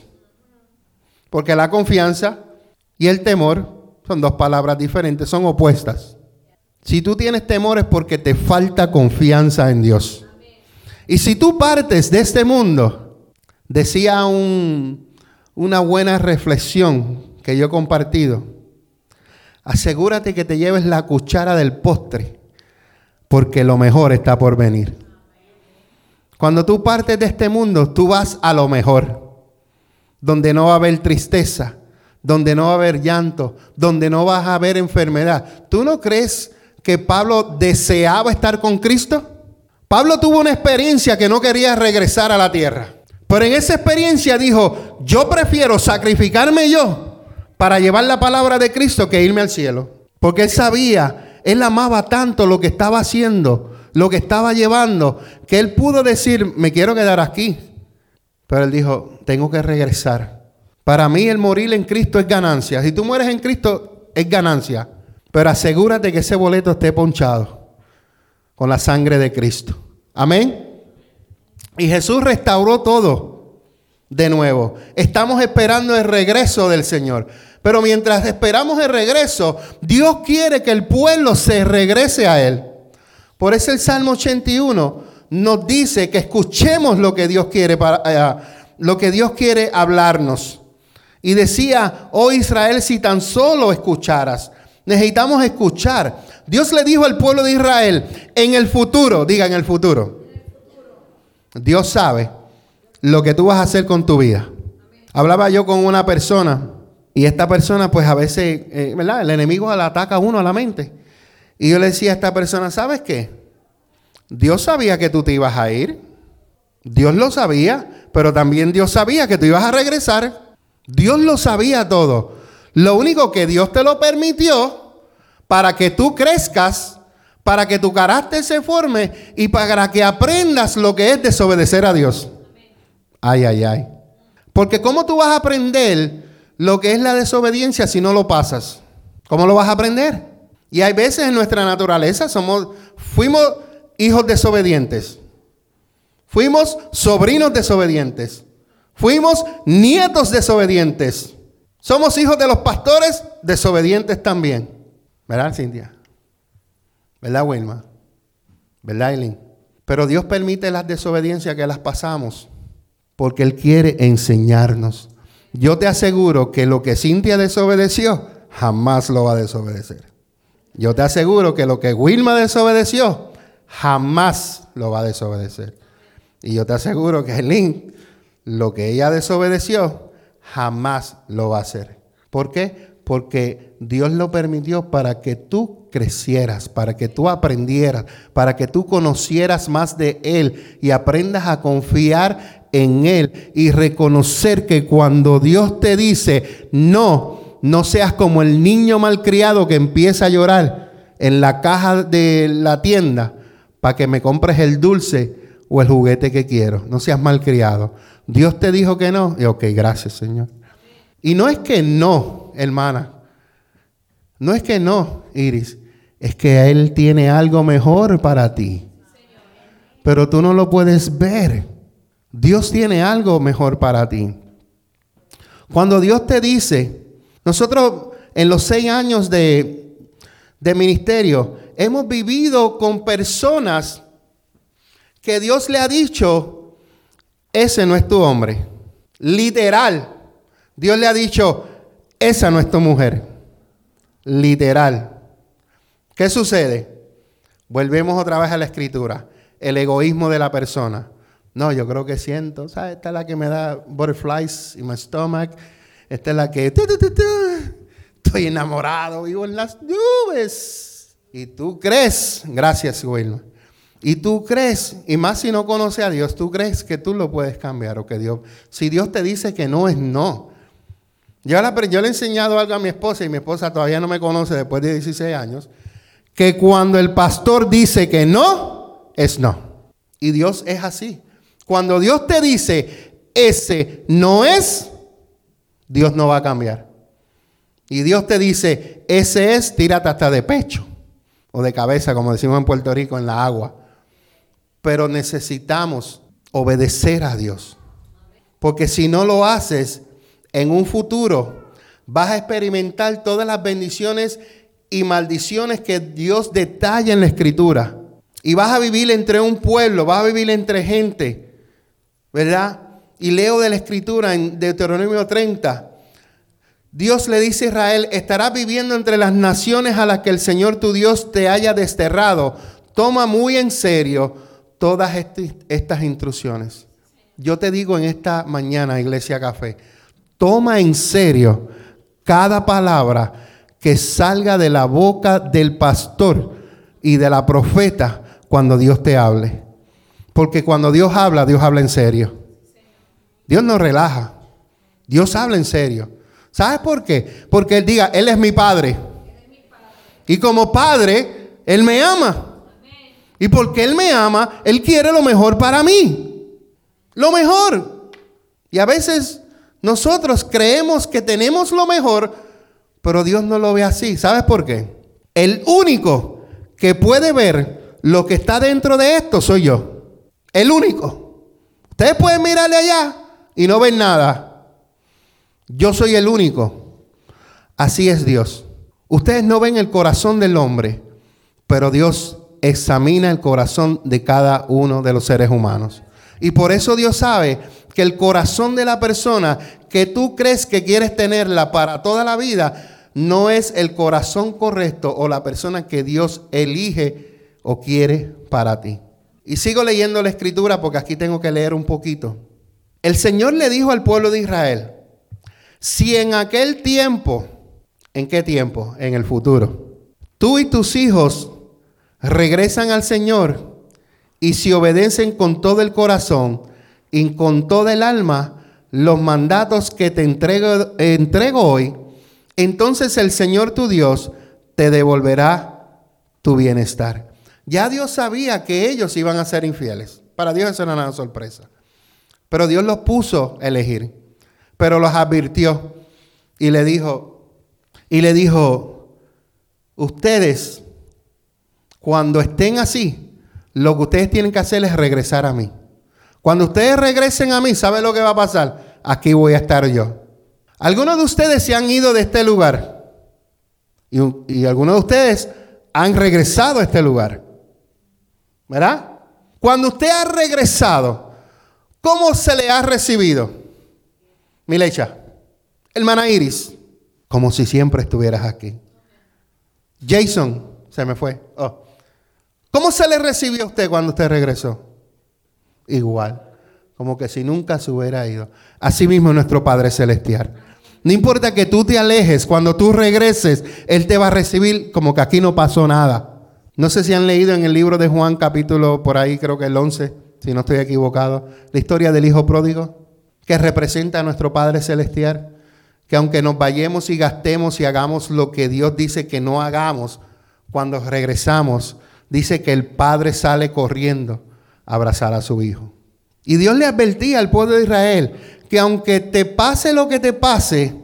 Porque la confianza y el temor son dos palabras diferentes, son opuestas. Si tú tienes temor es porque te falta confianza en Dios. Y si tú partes de este mundo, decía una buena reflexión que yo he compartido, asegúrate que te lleves la cuchara del postre, porque lo mejor está por venir. Cuando tú partes de este mundo, tú vas a lo mejor, donde no va a haber tristeza, donde no va a haber llanto, donde no vas a haber enfermedad. ¿Tú no crees que Pablo deseaba estar con Cristo? Pablo tuvo una experiencia que no quería regresar a la tierra. Pero en esa experiencia dijo: yo prefiero sacrificarme yo para llevar la palabra de Cristo que irme al cielo. Porque él sabía, él amaba tanto lo que estaba haciendo, lo que estaba llevando, que él pudo decir: me quiero quedar aquí. Pero él dijo: tengo que regresar. Para mí el morir en Cristo es ganancia. Si tú mueres en Cristo es ganancia. Pero asegúrate que ese boleto esté ponchado con la sangre de Cristo. Amén. Y Jesús restauró todo de nuevo. Estamos esperando el regreso del Señor. Pero mientras esperamos el regreso, Dios quiere que el pueblo se regrese a Él. Por eso el Salmo 81 nos dice que escuchemos lo que Dios quiere lo que Dios quiere hablarnos. Y decía: oh Israel, si tan solo escucharas. Necesitamos escuchar. Dios le dijo al pueblo de Israel: en el futuro, diga en el futuro. Dios sabe lo que tú vas a hacer con tu vida. Hablaba yo con una persona y esta persona pues a veces, ¿verdad? El enemigo le ataca a uno a la mente. Y yo le decía a esta persona: ¿sabes qué? Dios sabía que tú te ibas a ir. Dios lo sabía, pero también Dios sabía que tú ibas a regresar. Dios lo sabía todo. Lo único que Dios te lo permitió para que tú crezcas, para que tu carácter se forme y para que aprendas lo que es desobedecer a Dios. Ay, ay, ay. Porque ¿cómo tú vas a aprender lo que es la desobediencia si no lo pasas? ¿Cómo lo vas a aprender? Y hay veces en nuestra naturaleza fuimos hijos desobedientes. Fuimos sobrinos desobedientes. Fuimos nietos desobedientes. Somos hijos de los pastores desobedientes también. ¿Verdad, Cintia? ¿Verdad, Wilma? ¿Verdad, Eileen? Pero Dios permite las desobediencias que las pasamos porque Él quiere enseñarnos. Yo te aseguro que lo que Cintia desobedeció, jamás lo va a desobedecer. Yo te aseguro que lo que Wilma desobedeció, jamás lo va a desobedecer. Y yo te aseguro que Lynn, lo que ella desobedeció, jamás lo va a hacer. ¿Por qué? Porque Dios lo permitió para que tú crecieras, para que tú aprendieras, para que tú conocieras más de Él y aprendas a confiar en Él y reconocer que cuando Dios te dice no seas como el niño malcriado que empieza a llorar en la caja de la tienda para que me compres el dulce o el juguete que quiero. No seas malcriado. Dios te dijo que no. Y ok, gracias, Señor. Y no es que no, hermana. No es que no, Iris. Es que Él tiene algo mejor para ti. Pero tú no lo puedes ver. Dios tiene algo mejor para ti. Cuando Dios te dice, nosotros en los 6 años de ministerio hemos vivido con personas que Dios le ha dicho, ese no es tu hombre. Literal. Dios le ha dicho, esa no es tu mujer. Literal. ¿Qué sucede? Volvemos otra vez a la escritura. El egoísmo de la persona. No, yo creo que siento, ¿sabes? Esta es la que me da butterflies in my stomach. Esta es la que estoy enamorado, vivo en las nubes. Y tú crees, gracias, Wilma. Y tú crees, y más si no conoces a Dios, tú crees que tú lo puedes cambiar o que Dios, si Dios te dice que no es no. Yo le he enseñado algo a mi esposa y mi esposa todavía no me conoce después de 16 años, que cuando el pastor dice que no, es no. Y Dios es así. Cuando Dios te dice ese no es, Dios no va a cambiar. Y Dios te dice ese es, tírate hasta de pecho o de cabeza, como decimos en Puerto Rico, en la agua. Pero necesitamos obedecer a Dios. Porque si no lo haces, en un futuro vas a experimentar todas las bendiciones y maldiciones que Dios detalla en la Escritura. Y vas a vivir entre un pueblo, vas a vivir entre gente, ¿verdad? Y leo de la Escritura en Deuteronomio 30. Dios le dice a Israel, estarás viviendo entre las naciones a las que el Señor tu Dios te haya desterrado. Toma muy en serio todas estas instrucciones. Yo te digo en esta mañana, Iglesia Café, toma en serio cada palabra que salga de la boca del pastor y de la profeta cuando Dios te hable. Porque cuando Dios habla en serio. Dios no relaja. Dios habla en serio. ¿Sabes por qué? Porque Él diga, Él es mi Padre. Y como Padre, Él me ama. Y porque Él me ama, Él quiere lo mejor para mí. Lo mejor. Y a veces nosotros creemos que tenemos lo mejor, pero Dios no lo ve así. ¿Sabes por qué? El único que puede ver lo que está dentro de esto soy yo. El único. Ustedes pueden mirarle allá y no ven nada. Yo soy el único. Así es Dios. Ustedes no ven el corazón del hombre, pero Dios examina el corazón de cada uno de los seres humanos. Y por eso Dios sabe que el corazón de la persona que tú crees que quieres tenerla para toda la vida no es el corazón correcto o la persona que Dios elige o quiere para ti. Y sigo leyendo la Escritura porque aquí tengo que leer un poquito. El Señor le dijo al pueblo de Israel, si en aquel tiempo, ¿en qué tiempo? En el futuro, tú y tus hijos regresan al Señor y si obedecen con todo el corazón y con toda el alma los mandatos que te entrego hoy, entonces el Señor tu Dios te devolverá tu bienestar. Ya Dios sabía que ellos iban a ser infieles. Para Dios eso no era una sorpresa. Pero Dios los puso a elegir. Pero los advirtió y le dijo, ustedes cuando estén así, lo que ustedes tienen que hacer es regresar a mí. Cuando ustedes regresen a mí, ¿sabe lo que va a pasar? Aquí voy a estar yo. Algunos de ustedes se han ido de este lugar y algunos de ustedes han regresado a este lugar. ¿Verdad? Cuando usted ha regresado, ¿cómo se le ha recibido? Milecha, hermana Iris, como si siempre estuvieras aquí. Jason, se me fue. ¿Cómo se le recibió a usted cuando usted regresó? Igual, como que si nunca se hubiera ido. Así mismo nuestro Padre Celestial. No importa que tú te alejes, cuando tú regreses, Él te va a recibir como que aquí no pasó nada. No sé si han leído en el libro de Juan, capítulo por ahí, creo que el 11, si no estoy equivocado, la historia del Hijo Pródigo, que representa a nuestro Padre Celestial. Que aunque nos vayamos y gastemos y hagamos lo que Dios dice que no hagamos, cuando regresamos, dice que el Padre sale corriendo a abrazar a su Hijo. Y Dios le advertía al pueblo de Israel que aunque te pase lo que te pase,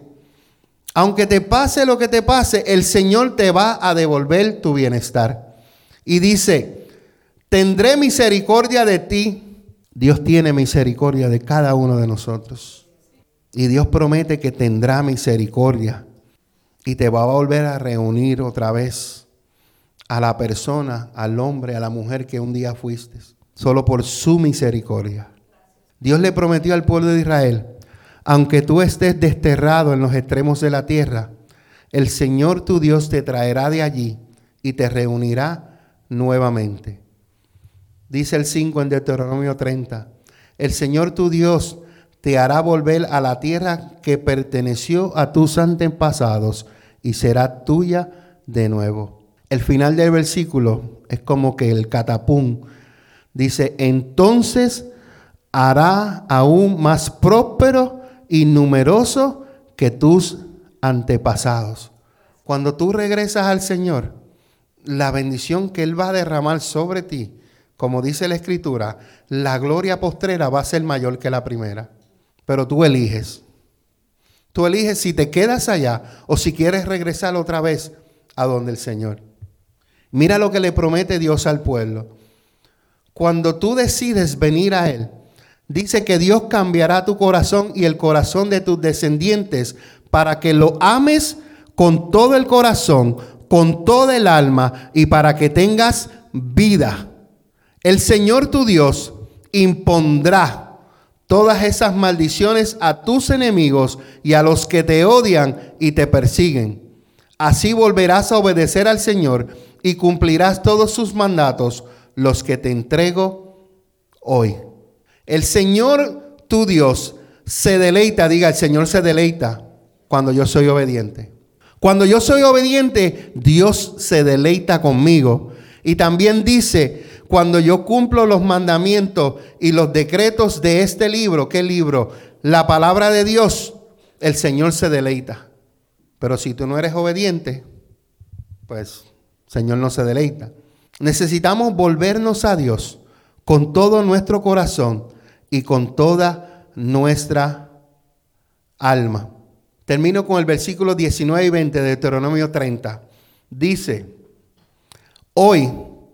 el Señor te va a devolver tu bienestar. Y dice, tendré misericordia de ti. Dios tiene misericordia de cada uno de nosotros. Y Dios promete que tendrá misericordia y te va a volver a reunir otra vez a la persona, al hombre, a la mujer que un día fuiste, solo por su misericordia. Dios le prometió al pueblo de Israel, aunque tú estés desterrado en los extremos de la tierra, el Señor tu Dios te traerá de allí y te reunirá nuevamente. Dice el 5 en Deuteronomio 30, el Señor tu Dios te hará volver a la tierra que perteneció a tus antepasados y será tuya de nuevo. El final del versículo es como que el catapum. Dice, entonces hará aún más próspero y numeroso que tus antepasados. Cuando tú regresas al Señor, la bendición que Él va a derramar sobre ti, como dice la Escritura, la gloria postrera va a ser mayor que la primera. Pero tú eliges. Tú eliges si te quedas allá o si quieres regresar otra vez a donde el Señor. Mira lo que le promete Dios al pueblo. Cuando tú decides venir a Él, dice que Dios cambiará tu corazón y el corazón de tus descendientes para que lo ames con todo el corazón, con toda el alma y para que tengas vida. El Señor tu Dios impondrá todas esas maldiciones a tus enemigos y a los que te odian y te persiguen. Así volverás a obedecer al Señor y cumplirás todos sus mandatos, los que te entrego hoy. El Señor tu Dios se deleita, diga, el Señor se deleita cuando yo soy obediente. Cuando yo soy obediente, Dios se deleita conmigo. Y también dice, cuando yo cumplo los mandamientos y los decretos de este libro, ¿qué libro? La palabra de Dios, el Señor se deleita. Pero si tú no eres obediente, pues el Señor no se deleita. Necesitamos volvernos a Dios con todo nuestro corazón y con toda nuestra alma. Termino con el versículo 19 y 20 de Deuteronomio 30. Dice, hoy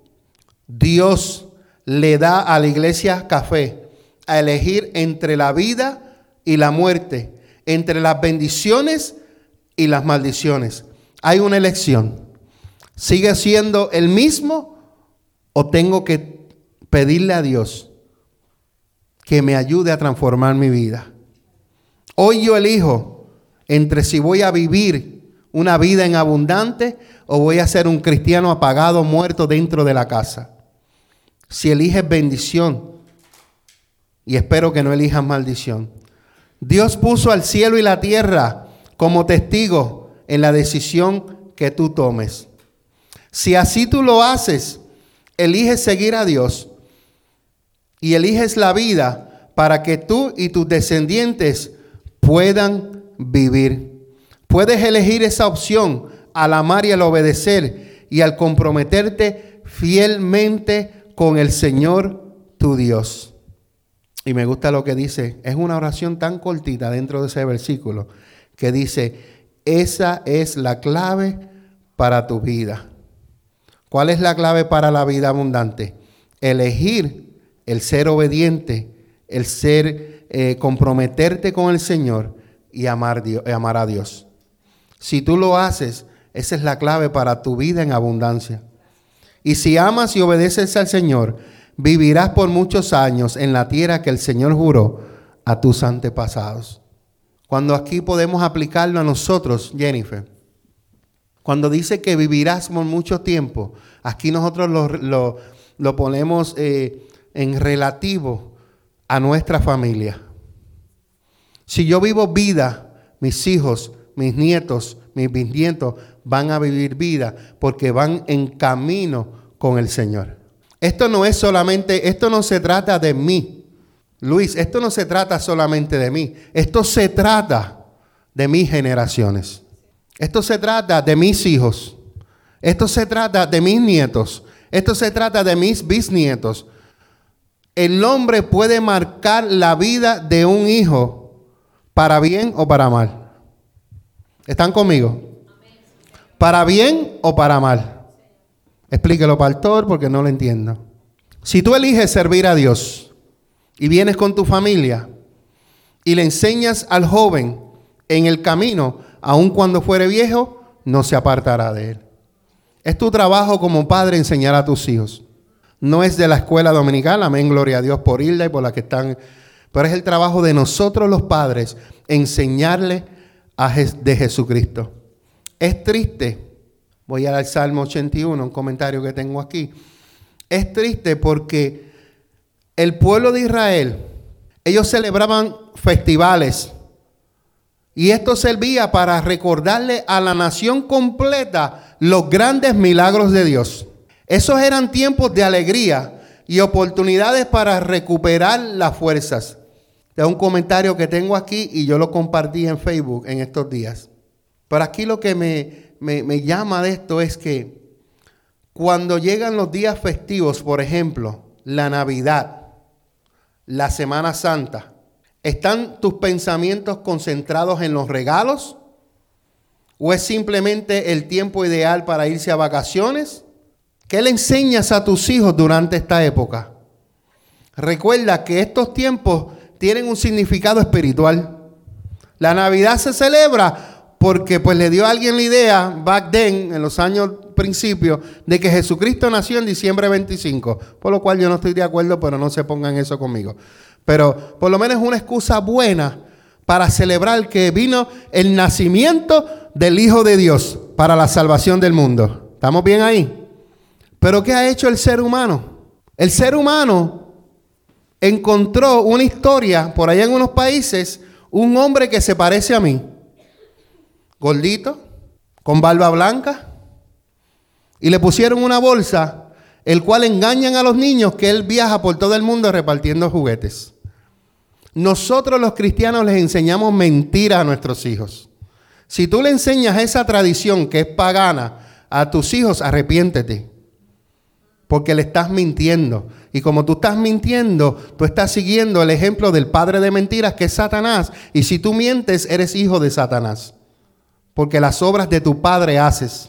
Dios le da a la iglesia Café a elegir entre la vida y la muerte, entre las bendiciones y las maldiciones. Hay una elección. ¿Sigue siendo el mismo o tengo que pedirle a Dios que me ayude a transformar mi vida? Hoy yo elijo entre si voy a vivir una vida en abundante o voy a ser un cristiano apagado, muerto dentro de la casa. Si eliges bendición, y espero que no elijas maldición. Dios puso al cielo y la tierra como testigo en la decisión que tú tomes. Si así tú lo haces, eliges seguir a Dios y eliges la vida para que tú y tus descendientes puedan vivir. Puedes elegir esa opción al amar y al obedecer y al comprometerte fielmente con el Señor tu Dios. Y me gusta lo que dice, es una oración tan cortita dentro de ese versículo, que dice, esa es la clave para tu vida. ¿Cuál es la clave para la vida abundante? Elegir el ser obediente, el ser, comprometerte con el Señor y amar a Dios. Si tú lo haces, esa es la clave para tu vida en abundancia. Y si amas y obedeces al Señor, vivirás por muchos años en la tierra que el Señor juró a tus antepasados. Cuando aquí podemos aplicarlo a nosotros, Jennifer. Cuando dice que vivirás por mucho tiempo, aquí nosotros lo ponemos en relativo a nuestra familia. Si yo vivo vida, mis hijos, mis nietos, mis bisnietos van a vivir vida porque van en camino con el Señor. Esto no se trata de mí. Luis, esto no se trata solamente de mí. Esto se trata de mis generaciones. Esto se trata de mis hijos. Esto se trata de mis nietos. Esto se trata de mis bisnietos. El hombre puede marcar la vida de un hijo para bien o para mal. ¿Están conmigo? ¿Para bien o para mal? Explíquelo, pastor, porque no lo entiendo. Si tú eliges servir a Dios y vienes con tu familia y le enseñas al joven en el camino, aun cuando fuere viejo, no se apartará de él. Es tu trabajo como padre enseñar a tus hijos. No es de la escuela dominical, amén, gloria a Dios por Hilda y por las que están, pero es el trabajo de nosotros los padres enseñarle de Jesucristo. Es triste, voy al Salmo 81, un comentario que tengo aquí. Es triste porque el pueblo de Israel, ellos celebraban festivales y esto servía para recordarle a la nación completa los grandes milagros de Dios. Esos eran tiempos de alegría y oportunidades para recuperar las fuerzas. Es un comentario que tengo aquí y yo lo compartí en Facebook en estos días. Pero aquí lo que me llama de esto es que cuando llegan los días festivos, por ejemplo, la Navidad, la Semana Santa, ¿están tus pensamientos concentrados en los regalos? ¿O es simplemente el tiempo ideal para irse a vacaciones? ¿Qué le enseñas a tus hijos durante esta época? Recuerda que estos tiempos tienen un significado espiritual. La Navidad se celebra porque pues le dio a alguien la idea, back then, en los años principios, de que Jesucristo nació en diciembre 25. Por lo cual yo no estoy de acuerdo, pero no se pongan eso conmigo. Pero por lo menos es una excusa buena para celebrar que vino el nacimiento del Hijo de Dios para la salvación del mundo. ¿Estamos bien ahí? Pero ¿qué ha hecho el ser humano? El ser humano encontró una historia por allá en unos países, un hombre que se parece a mí, gordito, con barba blanca, y le pusieron una bolsa, el cual engañan a los niños que él viaja por todo el mundo repartiendo juguetes. Nosotros los cristianos les enseñamos mentiras a nuestros hijos. Si tú le enseñas esa tradición que es pagana a tus hijos, arrepiéntete. Porque le estás mintiendo. Y como tú estás mintiendo, tú estás siguiendo el ejemplo del padre de mentiras, que es Satanás. Y si tú mientes, eres hijo de Satanás. Porque las obras de tu padre haces.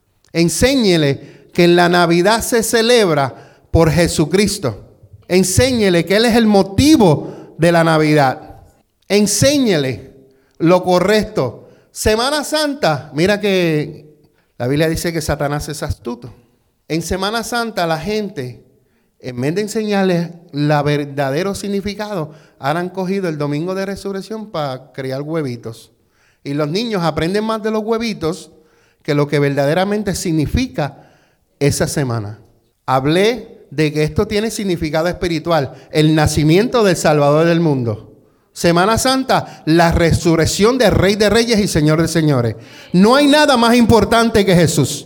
Enséñele que en la Navidad se celebra por Jesucristo. Enséñele que Él es el motivo de la Navidad. Enséñele lo correcto. Semana Santa, mira que la Biblia dice que Satanás es astuto. En Semana Santa la gente, en vez de enseñarles el verdadero significado, han cogido el domingo de resurrección para criar huevitos. Y los niños aprenden más de los huevitos que lo que verdaderamente significa esa semana. Hablé de que esto tiene significado espiritual, el nacimiento del Salvador del mundo. Semana Santa, la resurrección del Rey de Reyes y Señor de Señores. No hay nada más importante que Jesús.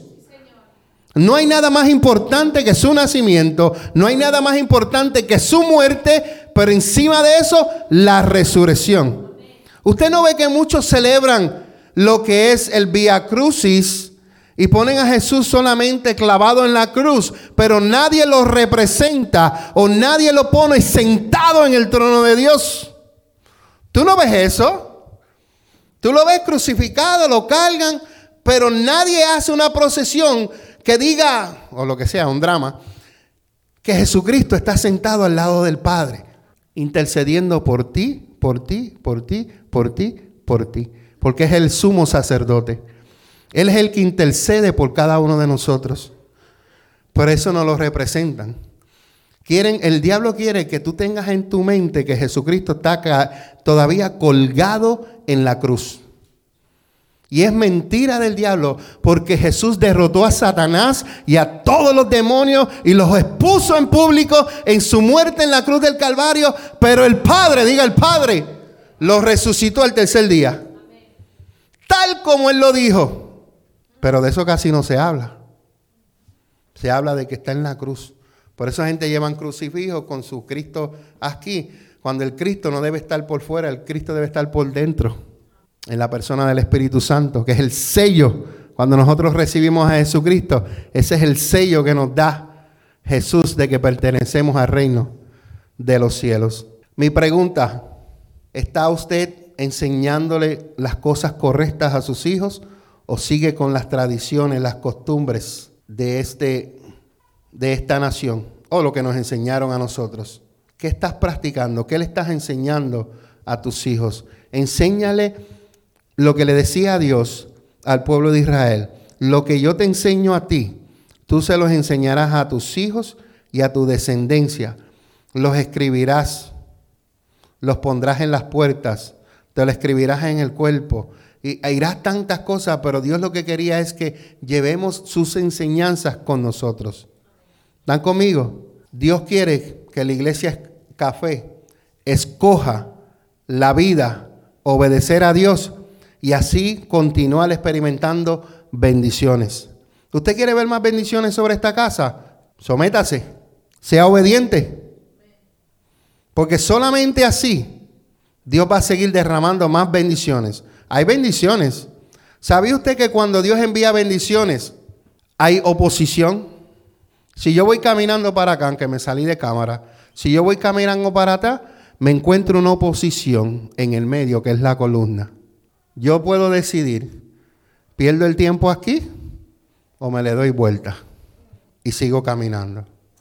No hay nada más importante que su nacimiento, no hay nada más importante que su muerte, pero encima de eso, la resurrección. Usted no ve que muchos celebran lo que es el Vía Crucis y ponen a Jesús solamente clavado en la cruz, pero nadie lo representa o nadie lo pone sentado en el trono de Dios. ¿Tú no ves eso? Tú lo ves crucificado, lo cargan, pero nadie hace una procesión que diga, o lo que sea, un drama, que Jesucristo está sentado al lado del Padre, intercediendo por ti, por ti, por ti, por ti, por ti, porque es el sumo sacerdote. Él es el que intercede por cada uno de nosotros. Por eso no lo representan. El diablo quiere que tú tengas en tu mente que Jesucristo está todavía colgado en la cruz. Y es mentira del diablo, porque Jesús derrotó a Satanás y a todos los demonios y los expuso en público en su muerte en la cruz del Calvario. Pero el Padre, diga el Padre, lo resucitó al tercer día. Tal como Él lo dijo. Pero de eso casi no se habla. Se habla de que está en la cruz. Por eso la gente lleva crucifijos con su Cristo aquí. Cuando el Cristo no debe estar por fuera, el Cristo debe estar por dentro. En la persona del Espíritu Santo, que es el sello. Cuando nosotros recibimos a Jesucristo, ese es el sello que nos da Jesús de que pertenecemos al reino de los cielos. Mi pregunta, ¿está usted enseñándole las cosas correctas a sus hijos o sigue con las tradiciones, las costumbres de esta nación o lo que nos enseñaron a nosotros? ¿Qué estás practicando? ¿Qué le estás enseñando a tus hijos? Enséñale lo que le decía a Dios al pueblo de Israel. Lo que yo te enseño a ti, tú se los enseñarás a tus hijos y a tu descendencia. Los escribirás, los pondrás en las puertas, te lo escribirás en el cuerpo. Y irás tantas cosas, pero Dios lo que quería es que llevemos sus enseñanzas con nosotros. ¿Están conmigo? Dios quiere que la iglesia Café escoja la vida, obedecer a Dios y así continuar experimentando bendiciones. ¿Usted quiere ver más bendiciones sobre esta casa? Sométase, sea obediente. Porque solamente así Dios va a seguir derramando más bendiciones. Hay bendiciones. ¿Sabía usted que cuando Dios envía bendiciones hay oposición? Si yo voy caminando para acá, aunque me salí de cámara, si yo voy caminando para atrás, me encuentro una oposición en el medio, que es la columna. Yo puedo decidir, ¿pierdo el tiempo aquí o me le doy vuelta y sigo caminando?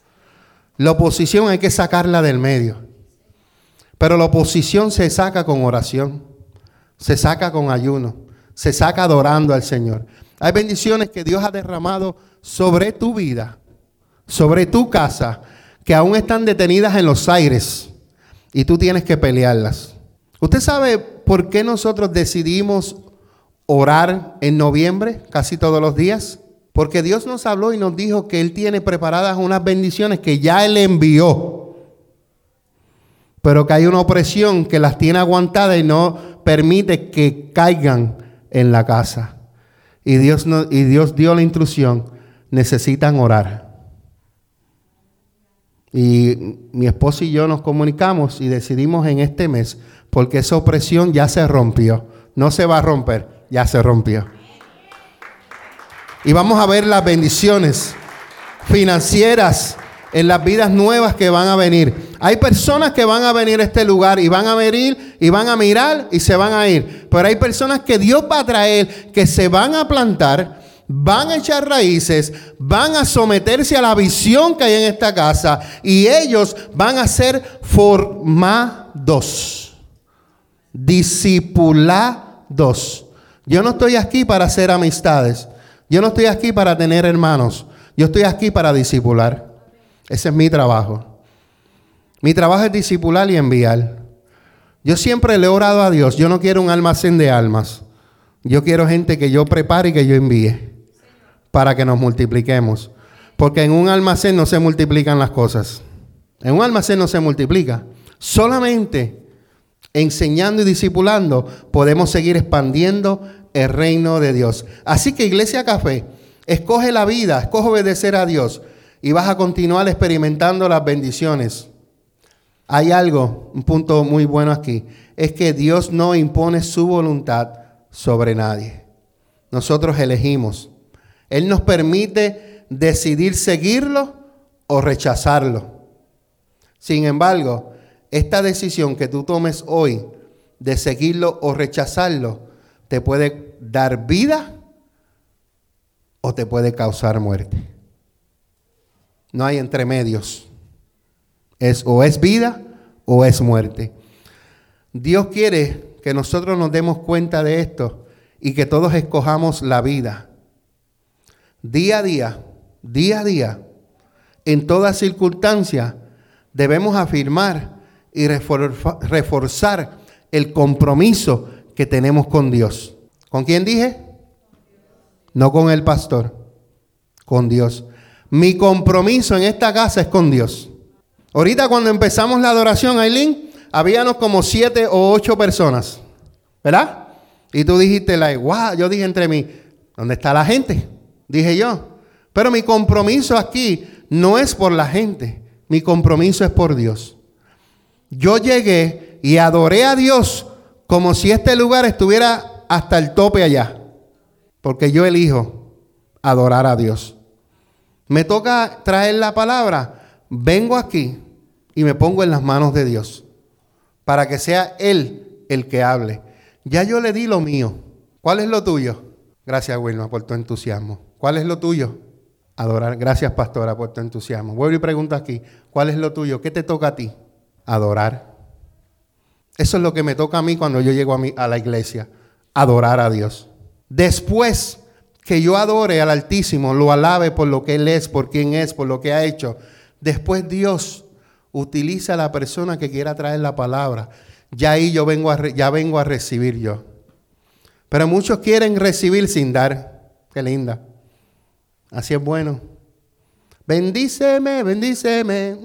La oposición hay que sacarla del medio. Pero la oposición se saca con oración, se saca con ayuno, se saca adorando al Señor. Hay bendiciones que Dios ha derramado sobre tu vida, sobre tu casa, que aún están detenidas en los aires y tú tienes que pelearlas. ¿Usted sabe por qué nosotros decidimos orar en noviembre casi todos los días? Porque Dios nos habló y nos dijo que Él tiene preparadas unas bendiciones que ya Él envió, pero que hay una opresión que las tiene aguantadas y no permite que caigan en la casa. Y Dios dio la instrucción, necesitan orar. Y mi esposo y yo nos comunicamos y decidimos en este mes, porque esa opresión ya se rompió. No se va a romper, ya se rompió. Y vamos a ver las bendiciones financieras en las vidas nuevas que van a venir. Hay personas que van a venir a este lugar y van a venir y van a mirar y se van a ir. Pero hay personas que Dios va a traer, que se van a plantar, van a echar raíces, van a someterse a la visión que hay en esta casa y ellos van a ser formados, discipulados. Yo no estoy aquí para hacer amistades. Yo no estoy aquí para tener hermanos. Yo estoy aquí para discipular. Ese es mi trabajo. Mi trabajo es discipular y enviar. Yo siempre le he orado a Dios. Yo no quiero un almacén de almas. Yo quiero gente que yo prepare y que yo envíe para que nos multipliquemos. Porque en un almacén no se multiplican las cosas. En un almacén no se multiplica. Solamente enseñando y discipulando podemos seguir expandiendo el reino de Dios. Así que Iglesia Café, escoge la vida, escoge obedecer a Dios y vas a continuar experimentando las bendiciones. Hay algo, un punto muy bueno aquí, es que Dios no impone su voluntad sobre nadie. Nosotros elegimos. Él nos permite decidir seguirlo o rechazarlo. Sin embargo, esta decisión que tú tomes hoy de seguirlo o rechazarlo te puede dar vida o te puede causar muerte. No hay entremedios. O es vida o es muerte. Dios quiere que nosotros nos demos cuenta de esto y que todos escojamos la vida. Día a día, en toda circunstancia, debemos afirmar y reforzar el compromiso que tenemos con Dios. ¿Con quién dije? No con el pastor, con Dios. Mi compromiso en esta casa es con Dios. Ahorita cuando empezamos la adoración, Aileen, habíamos como 7 o 8 personas, ¿verdad? Y tú dijiste, wow, yo dije entre mí, ¿dónde está la gente? Dije yo. Pero mi compromiso aquí no es por la gente, mi compromiso es por Dios. Yo llegué y adoré a Dios como si este lugar estuviera hasta el tope allá, porque yo elijo adorar a Dios. Me toca traer la palabra, vengo aquí y me pongo en las manos de Dios para que sea Él el que hable. Ya yo le di lo mío. ¿Cuál es lo tuyo? Gracias, Wilma, por tu entusiasmo. ¿Cuál es lo tuyo? Adorar. Gracias, pastora, por tu entusiasmo. Vuelvo y pregunto aquí, ¿cuál es lo tuyo? ¿Qué te toca a ti? Adorar. Eso es lo que me toca a mí cuando yo llego a la iglesia. Adorar a Dios. Después que yo adore al Altísimo, lo alabe por lo que Él es, por quién es, por lo que ha hecho. Después Dios utiliza a la persona que quiera traer la palabra. Ya ahí yo vengo a recibir yo. Pero muchos quieren recibir sin dar. Qué linda. Así es bueno. Bendíceme, bendíceme.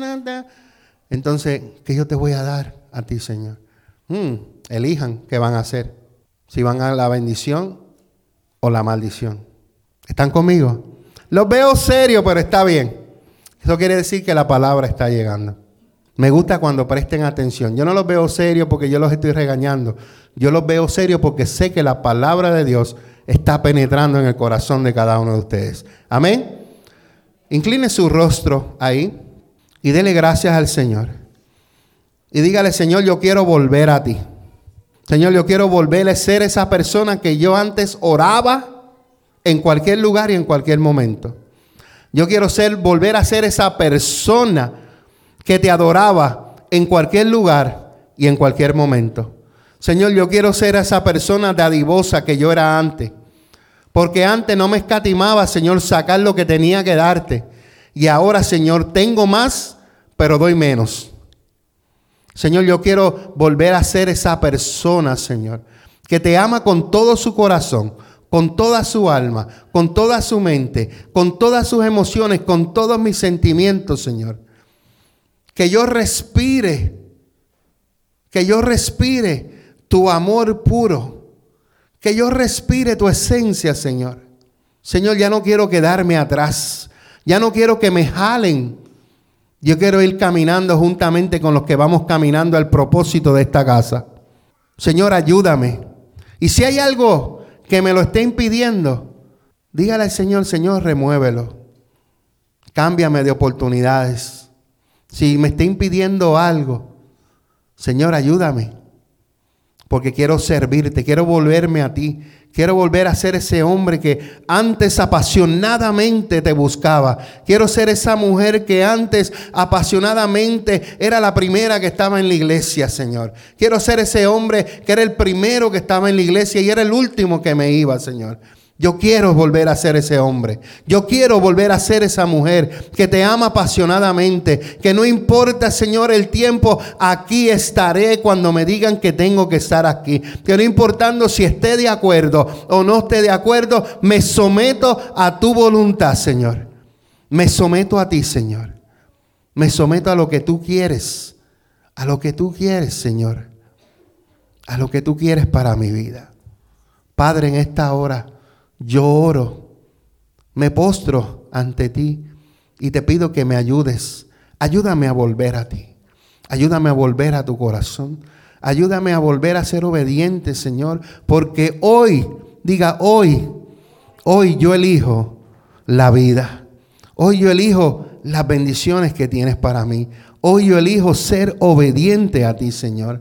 Entonces, ¿qué yo te voy a dar a ti, Señor? Elijan qué van a hacer. Si van a la bendición o la maldición. ¿Están conmigo? Los veo serios, pero está bien. Eso quiere decir que la palabra está llegando. Me gusta cuando presten atención. Yo no los veo serios porque yo los estoy regañando. Yo los veo serios porque sé que la palabra de Dios está penetrando en el corazón de cada uno de ustedes. Amén. Incline su rostro ahí y dele gracias al Señor. Y dígale, Señor, yo quiero volver a ti. Señor, yo quiero volver a ser esa persona que yo antes oraba en cualquier lugar y en cualquier momento. Yo quiero volver a ser esa persona que te adoraba en cualquier lugar y en cualquier momento. Señor, yo quiero ser esa persona dadivosa que yo era antes. Porque antes no me escatimaba, Señor, sacar lo que tenía que darte. Y ahora, Señor, tengo más, pero doy menos. Señor, yo quiero volver a ser esa persona, Señor, que te ama con todo su corazón, con toda su alma, con toda su mente, con todas sus emociones, con todos mis sentimientos, Señor. Que yo respire tu amor puro, que yo respire tu esencia, Señor. Señor, ya no quiero quedarme atrás, ya no quiero que me jalen. Yo quiero ir caminando juntamente con los que vamos caminando al propósito de esta casa. Señor, ayúdame. Y si hay algo que me lo esté impidiendo, dígale al Señor, Señor, remuévelo. Cámbiame de oportunidades. Si me está impidiendo algo, Señor, ayúdame. Porque quiero servirte, quiero volverme a ti. Quiero volver a ser ese hombre que antes apasionadamente te buscaba. Quiero ser esa mujer que antes apasionadamente era la primera que estaba en la iglesia, Señor. Quiero ser ese hombre que era el primero que estaba en la iglesia y era el último que me iba, Señor. Yo quiero volver a ser ese hombre. Yo quiero volver a ser esa mujer que te ama apasionadamente. Que no importa, Señor, el tiempo, aquí estaré cuando me digan que tengo que estar aquí. Que no importando si esté de acuerdo o no esté de acuerdo, me someto a tu voluntad, Señor. Me someto a ti, Señor. Me someto a lo que tú quieres. A lo que tú quieres, Señor. A lo que tú quieres para mi vida. Padre, en esta hora yo oro, me postro ante ti y te pido que me ayudes. Ayúdame a volver a ti. Ayúdame a volver a tu corazón. Ayúdame a volver a ser obediente, Señor. Porque hoy, diga hoy yo elijo la vida. Hoy yo elijo las bendiciones que tienes para mí. Hoy yo elijo ser obediente a ti, Señor.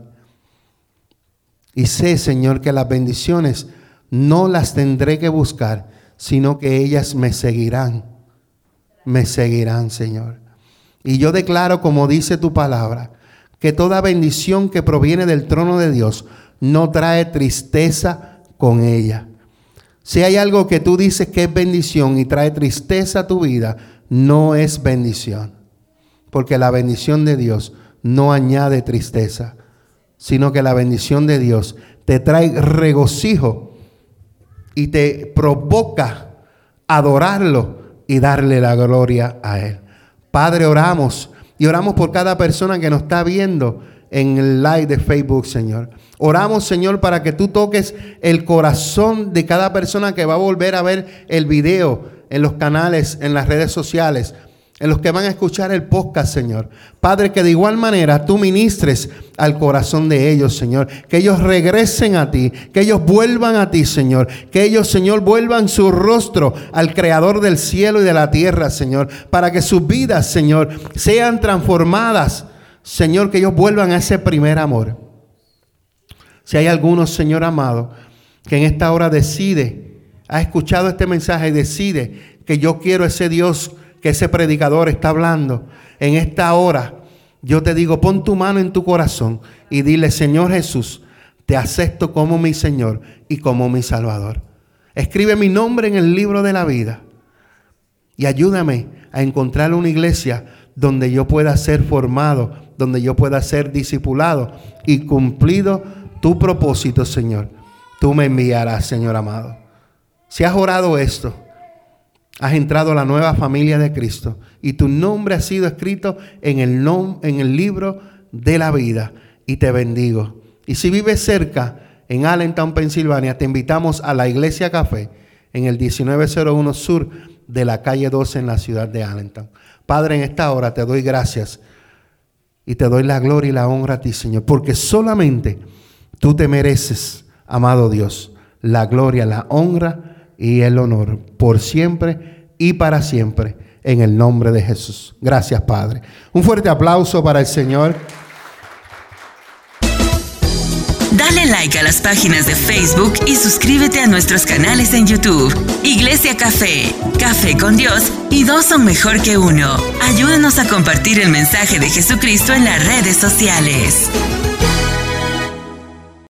Y sé, Señor, que las bendiciones no las tendré que buscar, sino que ellas me seguirán. Me seguirán, Señor. Y yo declaro, como dice tu palabra, que toda bendición que proviene del trono de Dios no trae tristeza con ella. Si hay algo que tú dices que es bendición y trae tristeza a tu vida, no es bendición. Porque la bendición de Dios no añade tristeza, sino que la bendición de Dios te trae regocijo y te provoca adorarlo y darle la gloria a Él. Padre, oramos y oramos por cada persona que nos está viendo en el live de Facebook, Señor. Oramos, Señor, para que tú toques el corazón de cada persona que va a volver a ver el video en los canales, en las redes sociales, en los que van a escuchar el podcast, Señor. Padre, que de igual manera tú ministres al corazón de ellos, Señor. Que ellos regresen a ti, que ellos vuelvan a ti, Señor. Que ellos, Señor, vuelvan su rostro al Creador del cielo y de la tierra, Señor. Para que sus vidas, Señor, sean transformadas, Señor, que ellos vuelvan a ese primer amor. Si hay algunos, Señor amado, que en esta hora ha escuchado este mensaje y decide que yo quiero ese Dios que ese predicador está hablando, en esta hora yo te digo, pon tu mano en tu corazón y dile: Señor Jesús, te acepto como mi Señor y como mi Salvador. Escribe mi nombre en el libro de la vida y ayúdame a encontrar una iglesia donde yo pueda ser formado, donde yo pueda ser discipulado y cumplido tu propósito, Señor. Tú me enviarás, Señor amado. Si has orado esto, has entrado a la nueva familia de Cristo y tu nombre ha sido escrito en el libro de la vida, y te bendigo. Y si vives cerca, en Allentown, Pensilvania, te invitamos a la Iglesia Café en el 1901 Sur de la calle 12 en la ciudad de Allentown. Padre, en esta hora te doy gracias y te doy la gloria y la honra a ti, Señor, porque solamente tú te mereces, amado Dios, la gloria, la honra y el honor por siempre y para siempre, en el nombre de Jesús. Gracias, Padre. Un fuerte aplauso para el Señor. Dale like a las páginas de Facebook y suscríbete a nuestros canales en YouTube. Iglesia Café, Café con Dios y dos son mejor que uno. Ayúdanos a compartir el mensaje de Jesucristo en las redes sociales.